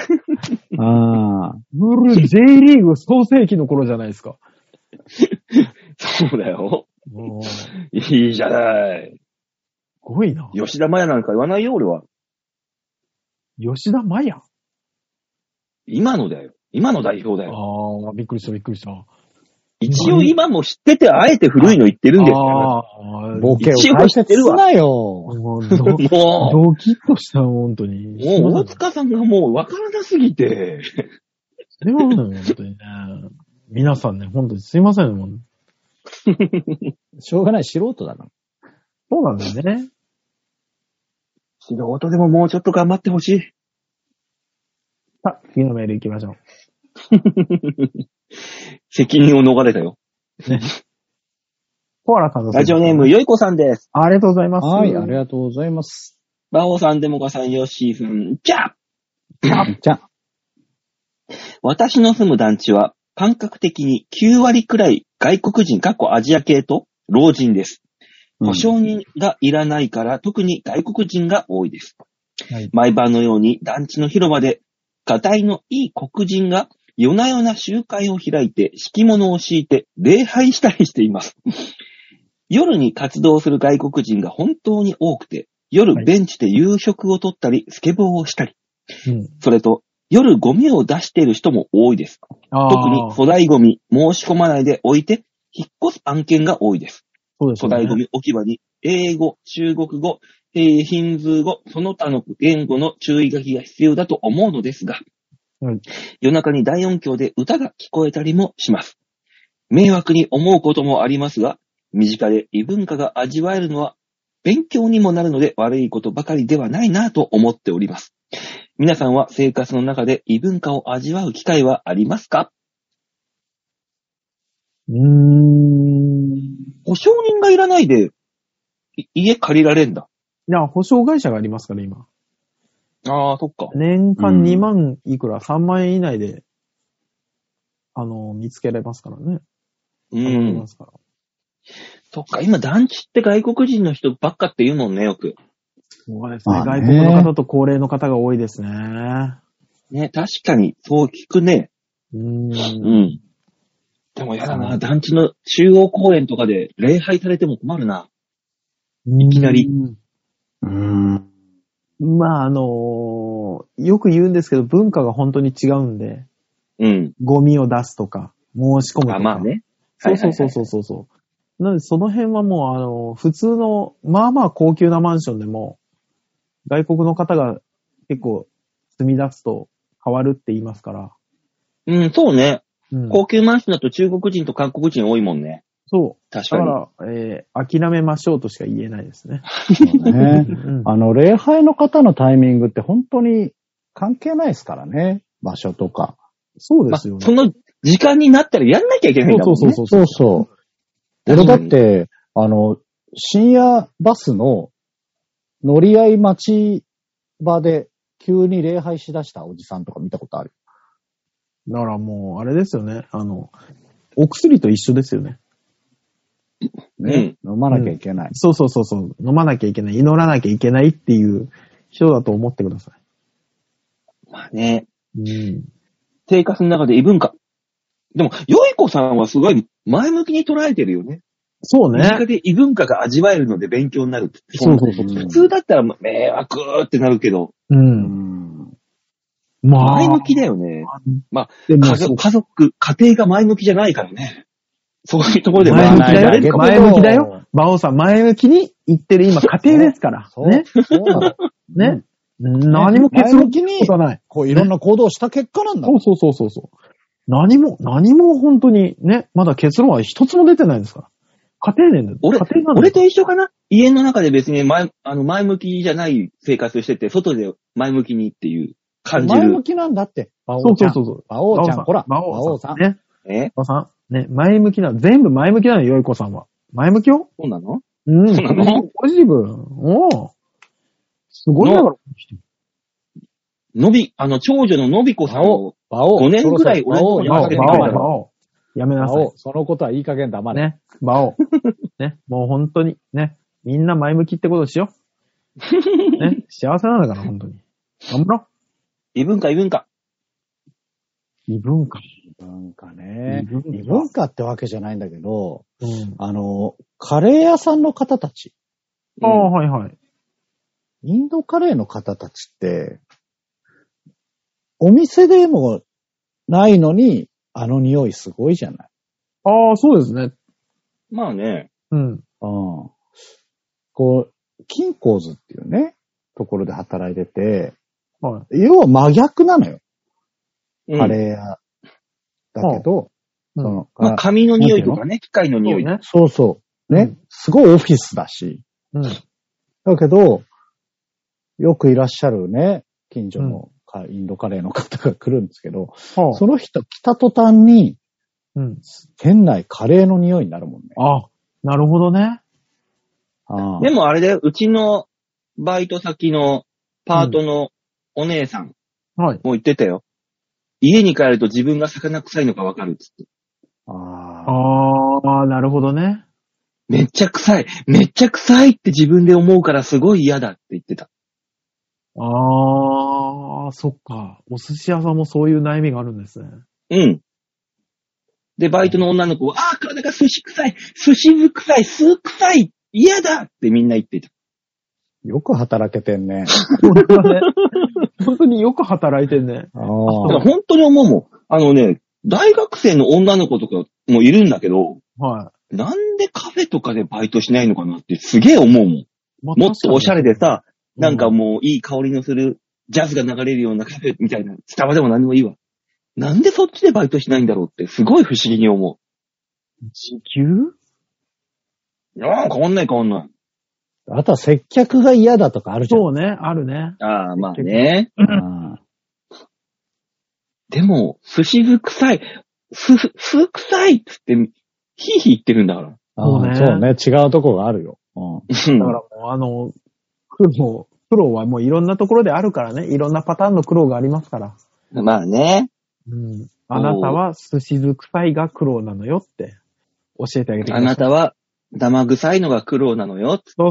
J リーグ創世期の頃じゃないですか。 そうだよ。いいじゃない。すごいな。 吉田麻也なんか言わないよ、俺は。 吉田麻也？ 今のだよ。今の代表だよ。びっくりした。 一応今も知ってて、あえて古いの言ってるんですよ。 ボケを解説すなよ。もう、 ドキッとした、本当に。 もう、大塚さんがもうわからなすぎて。 でも、本当にね。皆さんね、本当にすいません、もう。 しょうがない、素人だな。 そうなんだよね。 素人でももうちょっと頑張ってほしい。 さあ、次のメール行きましょう。 責任を逃れたよ。 ね。コアラさんのラジオネーム、よいこさんです。 ありがとうございます。 はい、ありがとうございます。 バオさん、デモカさん、ヨッシーさん、じゃ私の住む団地は、感覚的に9割くらい外国人、アジア系と老人です。保証人がいらないから、特に外国人が多いです。はい、毎晩のように団地の広場で、がたいのいい黒人が夜な夜な集会を開いて敷物を敷いて礼拝したりしています。夜に活動する外国人が本当に多くて、夜ベンチで夕食を取ったり、スケボーをしたり、それと夜ゴミを出している人も多いです。特に粗大ゴミ申し込まないで置いて引っ越す案件が多いです。そうですね、粗大ゴミ置き場に英語、中国語、ヒンズー語、その他の言語の注意書きが必要だと思うのですが、夜中に大音響で歌が聞こえたりもします。迷惑に思うこともありますが、身近で異文化が味わえるのは勉強にもなるので悪いことばかりではないなと思っております。皆さんは生活の中で異文化を味わう機会はありますか？保証人がいらないで家借りられんだ。 いや、保証会社がありますから、今。 ああ、そっか。 年間2万いくら、3万円以内で、見つけられますからね。 そっか、今団地って外国人の人ばっかって言うもんね、よく。 そうですね。外国の方と高齢の方が多いですね。 ね、確かに、そう聞くね。でもやだな、団地の中央公園とかで礼拝されても困るな。いきなり。 まあ、よく言うんですけど、文化が本当に違うんで、ゴミを出すとか、申し込むとか。 まあね。 そう。なので、その辺はもう、普通の、まあまあ高級なマンションでも、外国の方が結構住み出すと変わるって言いますから。 そうね。高級マンションだと中国人と韓国人多いもんね。 そう。 確かに。 だから、諦めましょうとしか言えないですね。 そうね。礼拝の方のタイミングって本当に関係ないですからね。場所とか。 そうですよね。 その時間になったらやんなきゃいけないんだもんね。 そう。俺だって、深夜バスの乗り合い待ち場で急に礼拝しだしたおじさんとか見たことある。 だからもう、あれですよね。お薬と一緒ですよね。 飲まなきゃいけない。 そう。飲まなきゃいけない。祈らなきゃいけないっていう人だと思ってください。 まあね。生活の中で異文化。でも、よいこさんはすごい前向きに捉えてるよね。 そうね。 身近で異文化が味わえるので勉強になるって。 そう。 普通だったら迷惑ってなるけど。前向きだよね。まあ、家族、家庭が前向きじゃないからね。そういうところで前向きだよ。前向きだよ。馬王さん、前向きに言ってる今、家庭ですから。ね。ね。何も結論がない。 こういろんな行動をした結果なんだ。 そう。何も本当にね、まだ結論は一つも出てないんですから。家庭年だよ。 俺と一緒かな？ 家の中で別に前向きじゃない生活をしてて、外で前向きにっていう感じる。 前向きなんだって。馬王ちゃん。そう。馬王ちゃん、ほら。馬王さん。 ね。馬王さん。ね、前向きな、全部前向きなのよ、よいこさんは。前向きよ？ そうなの？ そうなの？ポジティブ。おすごいだから。 長女ののびこさんを5年くらい俺の方に預けてくれたよ。 やめなさい。 そのことはいい加減黙れ。 ね、馬王。ね、もう本当に、ね、みんな前向きってことしよう。ね、幸せなんだから、本当に。頑張ろう。 異文化。 異文化ね。異文化ってわけじゃないんだけど、カレー屋さんの方たち。 はいはい。 インドカレーの方たちって、お店でもないのに、匂いすごいじゃない。 そうですね。 まあね。 金光図っていうね、ところで働いてて、 はい、 要は真逆なのよ。カレー屋。だけど、 紙の匂いとかね、機械の匂いね。 そう。ね、すごいオフィスだし。だけど、よくいらっしゃるね、近所のインドカレーの方が来るんですけど、その人来た途端に、店内カレーの匂いになるもんね。 なるほどね。 でもあれで、うちのバイト先のパートのお姉さんも言ってたよ。家に帰ると自分が魚臭いのかわかるっつって。 なるほどね。 めっちゃ臭いって自分で思うからすごい嫌だって言ってた。 そっか。お寿司屋さんもそういう悩みがあるんですね。 で、バイトの女の子は、体が寿司臭い、寿司部臭い、酢臭い、嫌だってみんな言ってた。 よく働けてんね。 本当によく働いてんね。 本当に思うもん。大学生の女の子とかもいるんだけど、なんでカフェとかでバイトしないのかなってすげえ思うもん。もっとおしゃれでさ、なんかもういい香りのするジャズが流れるようなカフェみたいな、スタバでも何でもいいわ。なんでそっちでバイトしないんだろうってすごい不思議に思う。 時給？ 変わんない。 あとは接客が嫌だとかあるじゃん。 そうね、あるね。 まあね。でも、寿司部臭い、酢臭いっつって、ヒーヒー言ってるんだから。 そうね、違うとこがあるよ。 だからもう苦労はもういろんなところであるからね。いろんなパターンの苦労がありますから。 まあね。 あなたは寿司酢臭いが苦労なのよって教えてあげてください。 あなたは生臭いのが苦労なのよ。 そう。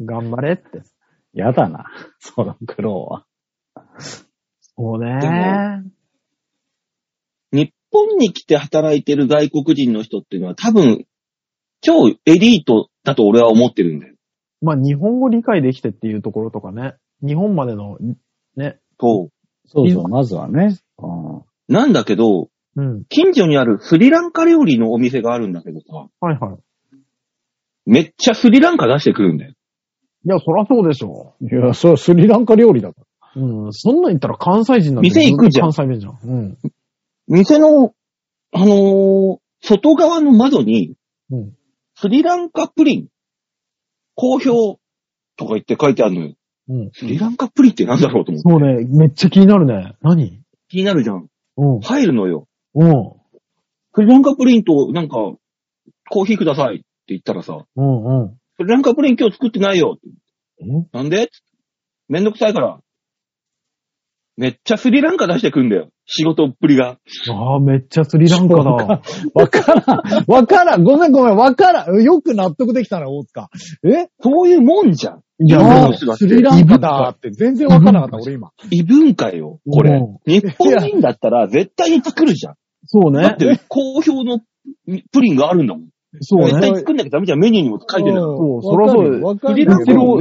頑張れって。 やだな、その苦労は。 そうね。 日本に来て働いてる外国人の人っていうのは多分、超エリートだと俺は思ってるんだよ。 まあ日本語理解できてっていうところとかね。日本までのね。 そう、まずはね。 なんだけど、近所にあるスリランカ料理のお店があるんだけどさ。めっちゃスリランカ出してくるんだよ。 いや、そらそうでしょ。 いや、それスリランカ料理だから。 そんなん言ったら関西人なんて店行くじゃん。 関西弁じゃん。 店の、外側の窓に、スリランカプリン、好評とか言って書いてあるのよ。スリランカプリンってなんだろうと思って。 そうね、めっちゃ気になるね。何？ 気になるじゃん。入るのよ。スリランカプリンと、なんか、コーヒーくださいって言ったらさ、スリランカプリン今日作ってないよ。なんで？めんどくさいから。めっちゃスリランカ出してくんだよ。仕事っぷりが。 めっちゃスリランカだ。 わからん。ごめん、わからん。よく納得できたな、大塚。 そういうもんじゃん。 いや、スリランカだって全然わからなかった、俺今。 異文化よ、これ。日本人だったら絶対に作るじゃん。 そうね。 だって、好評のプリンがあるんだもん。 そうね。 絶対作んなきゃダメじゃん。メニューにも書いてるから。 そらそう。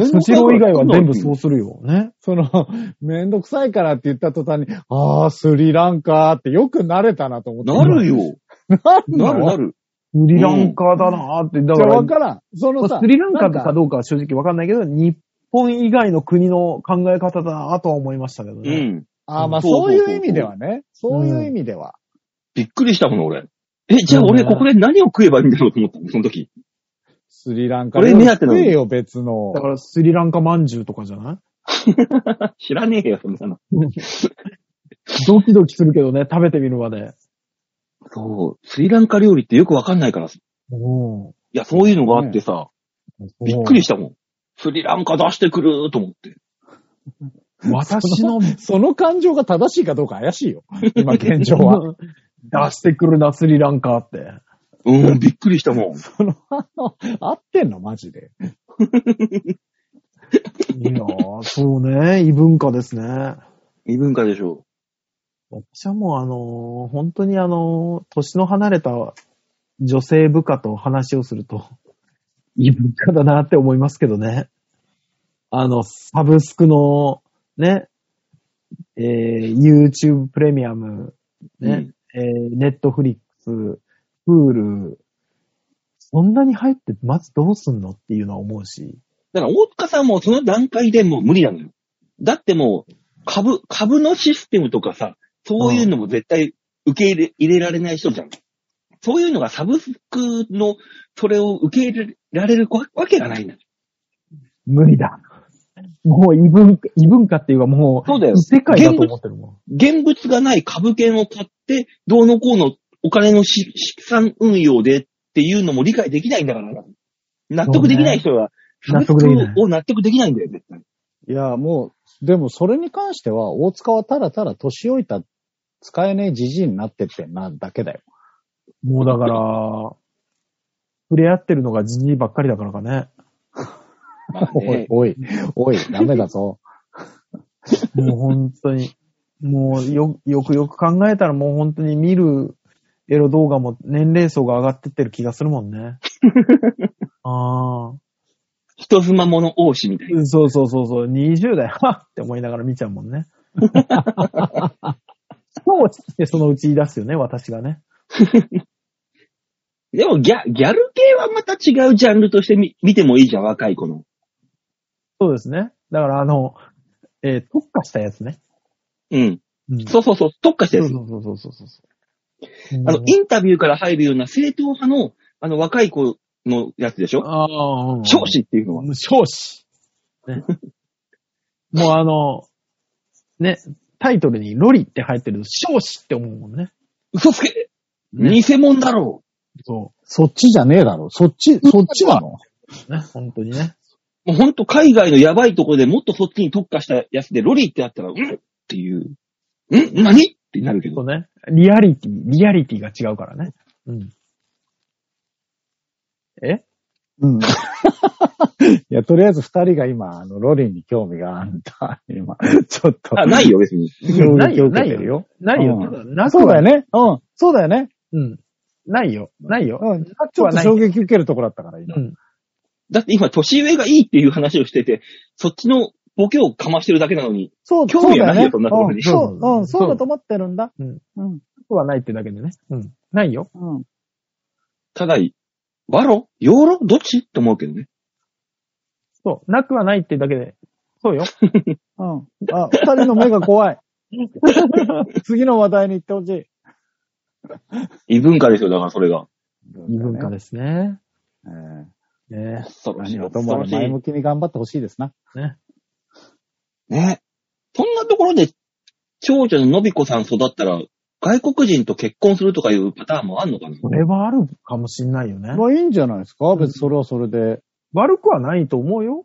スシロー以外は全部そうするよ。ね。 めんどくさいからって言った途端に、スリランカってよく慣れたなと思って。 なるよ。なる。 スリランカだなーって。だから。 わからん。スリランカかどうかは正直わかんないけど、日本以外の国の考え方だなとは思いましたけどね。 そういう意味ではね。そういう意味では。 びっくりしたもん、俺。じゃあ俺ここで何を食えばいいんだろうと思ったの、その時。 スリランカこれ目当ての食えよ、別の。 だからスリランカまんじゅうとかじゃない？ 知らねえよ、そんなの。 ドキドキするけどね、食べてみるまで。 そう。スリランカ料理ってよくわかんないから。いや、そういうのがあってさ、びっくりしたもん。スリランカ出してくると思って。 私のその感情が正しいかどうか怪しいよ。今現状は。 出してくるな、スリランカって。 びっくりしたもん。 合ってんのマジで。 いやー、そうね、異文化ですね。 異文化でしょう。私はもう本当に年の離れた女性部下と話をすると、異文化だなって思いますけどね。サブスクの、ね、YouTube プレミアム、ね、Netflix、Hulu、そんなに入ってまずどうすんのっていうのは思うし。 だから大塚さんもその段階でもう無理なのよ。だってもう株のシステムとかさ、そういうのも絶対受け入れられない人じゃん。そういうのがサブスクのそれを受け入れられるわけがないんだよ。 無理だ。もう異文化っていうかもう、 そうだよ。 異世界だと思ってるもん。 現物がない株券を買って、どうのこうのお金の資産運用でっていうのも理解できないんだから。納得できない人は、サブスクを納得できないんだよ、絶対。 いや、もう、でもそれに関しては、大塚はただただ年老いた使えねえじじいになってってなだけだよ。 もうだから、触れ合ってるのがじじいばっかりだからかね。 まあね、 おい、ダメだぞ。 もう本当に、もうよく考えたらもう本当に見るエロ動画も年齢層が上がってってる気がするもんね。ああ。 人妻者王子みたいな。 そう、20代、はっって思いながら見ちゃうもんね。そうってそのうち言い出すよね、私がね。 でもギャル系はまた違うジャンルとして見てもいいじゃん、若い子の。 そうですね。だから特化したやつね。 うん。そう、特化したやつ。 そう。 インタビューから入るような正統派の、若い子のやつでしょ？少子っていうのは。 少子。ね、もうね、タイトルにロリって入ってると少子って思うもんね。 嘘つけ、ね、偽物だろう。 そう。そっちじゃねえだろ。そっちなのね、本当にね。 もう本当海外のやばいところでもっとそっちに特化したやつでロリってあったら、っていう。何ってなるけど。 そうね。リアリティが違うからね。うん。 いや、とりあえず二人が今、ロリに興味があるんだ。今、ちょっと。 ないよ、別に。 ないよ。 そうだよね。そうだよね。 ないよ。 ちょっと衝撃受けるところだったから、今。 だって今、年上がいいっていう話をしてて、そっちのボケをかましてるだけなのに。 そう、 興味はないよ、そんなところに。 そうだと思ってるんだ。 そうはないってだけでね。ないよ。 ただ、和ロ洋ロどっちって思うけどね。 そう、なくはないってだけで。そうよ。 二人の目が怖い。次の話題に行ってほしい。 異文化ですよ、だからそれが。 異文化ですね。 ねえ。何はとも前向きに頑張ってほしいですな。 ね。そんなところで、長女ののびこさん育ったら、外国人と結婚するとかいうパターンもあんのかな？ それはあるかもしんないよね。 まあいいんじゃないですか？別にそれはそれで。 悪くはないと思うよ。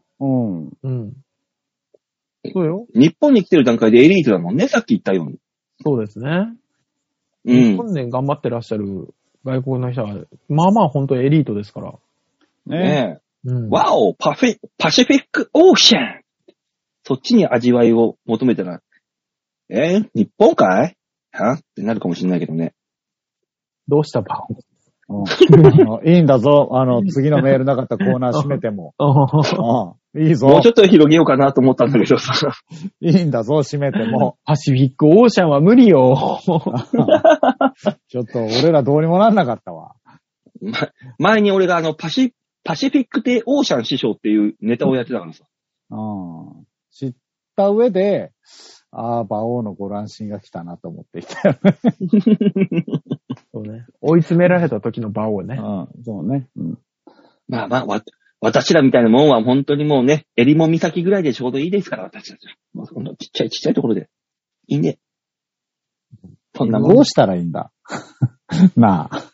そうよ。 日本に来てる段階でエリートだもんね、さっき言ったように。 そうですね。日本で頑張ってらっしゃる外国の人は、まあまあ本当エリートですから。 ねえ。ワオ、パシフィックオーシャン。そっちに味わいを求めたら、日本かい？ってなるかもしれないけどね。 どうしたバオいいんだぞ。次のメールなかったコーナー閉めても。いいぞ。 もうちょっと広げようかなと思ったんだけどさ。 いいんだぞ、閉めても。 パシフィックオーシャンは無理よ。 ちょっと俺らどうにもなんなかったわ。 前に俺がパシフィック帝オーシャン師匠っていうネタをやってたからさ。 知った上で、馬王のご乱心が来たなと思っていたよね。 そうね。追い詰められた時の馬王ね。 そうね。 まあ、私らみたいなもんは本当にもうね、襟も岬ぐらいでちょうどいいですから、私たちは。もうこのちっちゃいところで。いいね。そんなもん。 どうしたらいいんだなあ。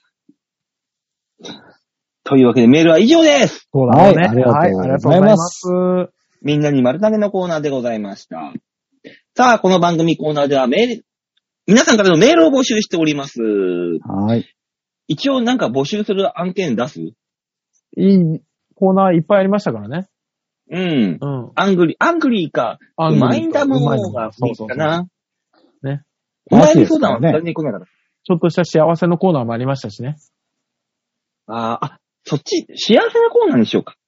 というわけでメールは以上です。 そうだね。 はい、ありがとうございます。 みんなに丸投げのコーナーでございました。さあ、この番組コーナーでは皆さんからのメールを募集しております。 はい。 一応なんか募集する案件出す？ いいコーナーいっぱいありましたからね。 うん。アングリーか、マインダムがいいかな。 ね。 うまいみ相談は誰に来なかった。 ちょっとした幸せのコーナーもありましたしね。 そっち、幸せなコーナーにしようか。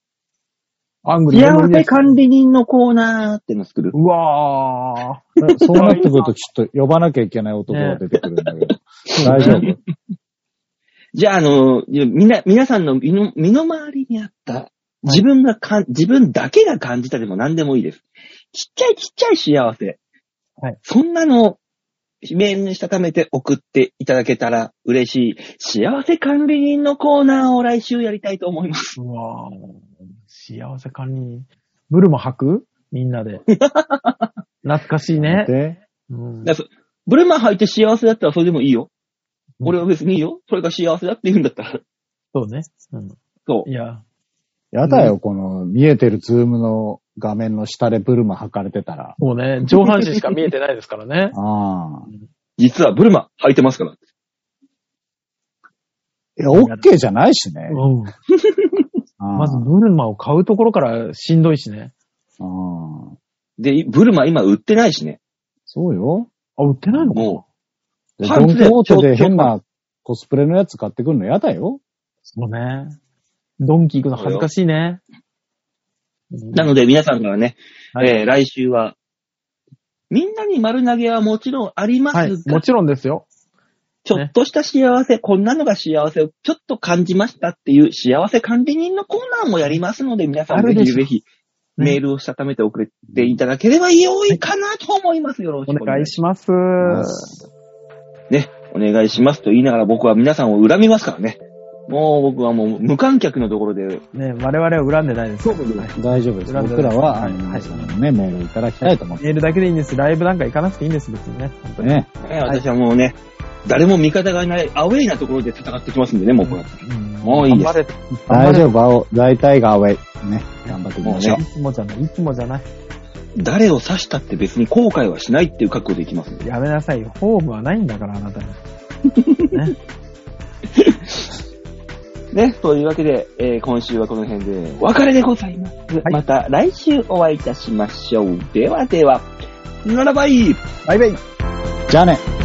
幸せ管理人のコーナーっての作る。 うわー。そうなってくるとちょっと呼ばなきゃいけない男が出てくるんだけど。大丈夫。 じゃあ、皆さんの身の回りにあった、自分だけが感じたでも何でもいいです。ちっちゃい幸せ。 はい。 そんなのをメールにしたためて送っていただけたら嬉しい。幸せ管理人のコーナーを来週やりたいと思います。 うわー。幸せ管理人。ブルマ履く？みんなで。懐かしいね。 ブルマ履いて幸せだったらそれでもいいよ。俺は別にいいよ。それが幸せだって言うんだったら。 そうね。 そう。 いや。 やだよ、この見えてるズームの画面の下でブルマ履かれてたら。 もうね、上半身しか見えてないですからね。 実はブルマ履いてますから。 いや、オッケーじゃないしね。 まずブルマを買うところからしんどいしね。 で、ブルマ今売ってないしね。 そうよ。 売ってないのかもう。ドンキホーテで変なコスプレのやつ買ってくるのやだよ。 そうね。ドンキ行くの恥ずかしいね。 なので皆さんからね、来週は、みんなに丸投げはもちろんありますが、はい、 もちろんですよ。 ちょっとした幸せ、こんなのが幸せをちょっと感じましたっていう幸せ管理人のコーナーもやりますので、皆さんぜひメールをしたためて送っていただければ良いかなと思います。よろしくお願いします。ね、お願いしますと言いながら僕は皆さんを恨みますからね。もう僕はもう無観客のところで。ね、我々は恨んでないです。そうです。 大丈夫です。僕らは、皆さんのね、メールをいただきたいと思います。 メールだけでいいんです。ライブなんか行かなくていいんです、別にね。本当にね。 私はもうね、誰も味方がいないアウェイなところで戦ってきますんでね、もうこれ。もういいです。 大丈夫、大体がアウェイ。ね。頑張っていきましょう。 いつもじゃない。 誰を刺したって別に後悔はしないっていう覚悟でいきますんで。 やめなさいよ。ホームはないんだから、あなたに。ね。 ね、というわけで、今週はこの辺でお別れでございます。はい、また来週お会いいたしましょう。ではでは、ならばい。 バイバイ。 じゃあね。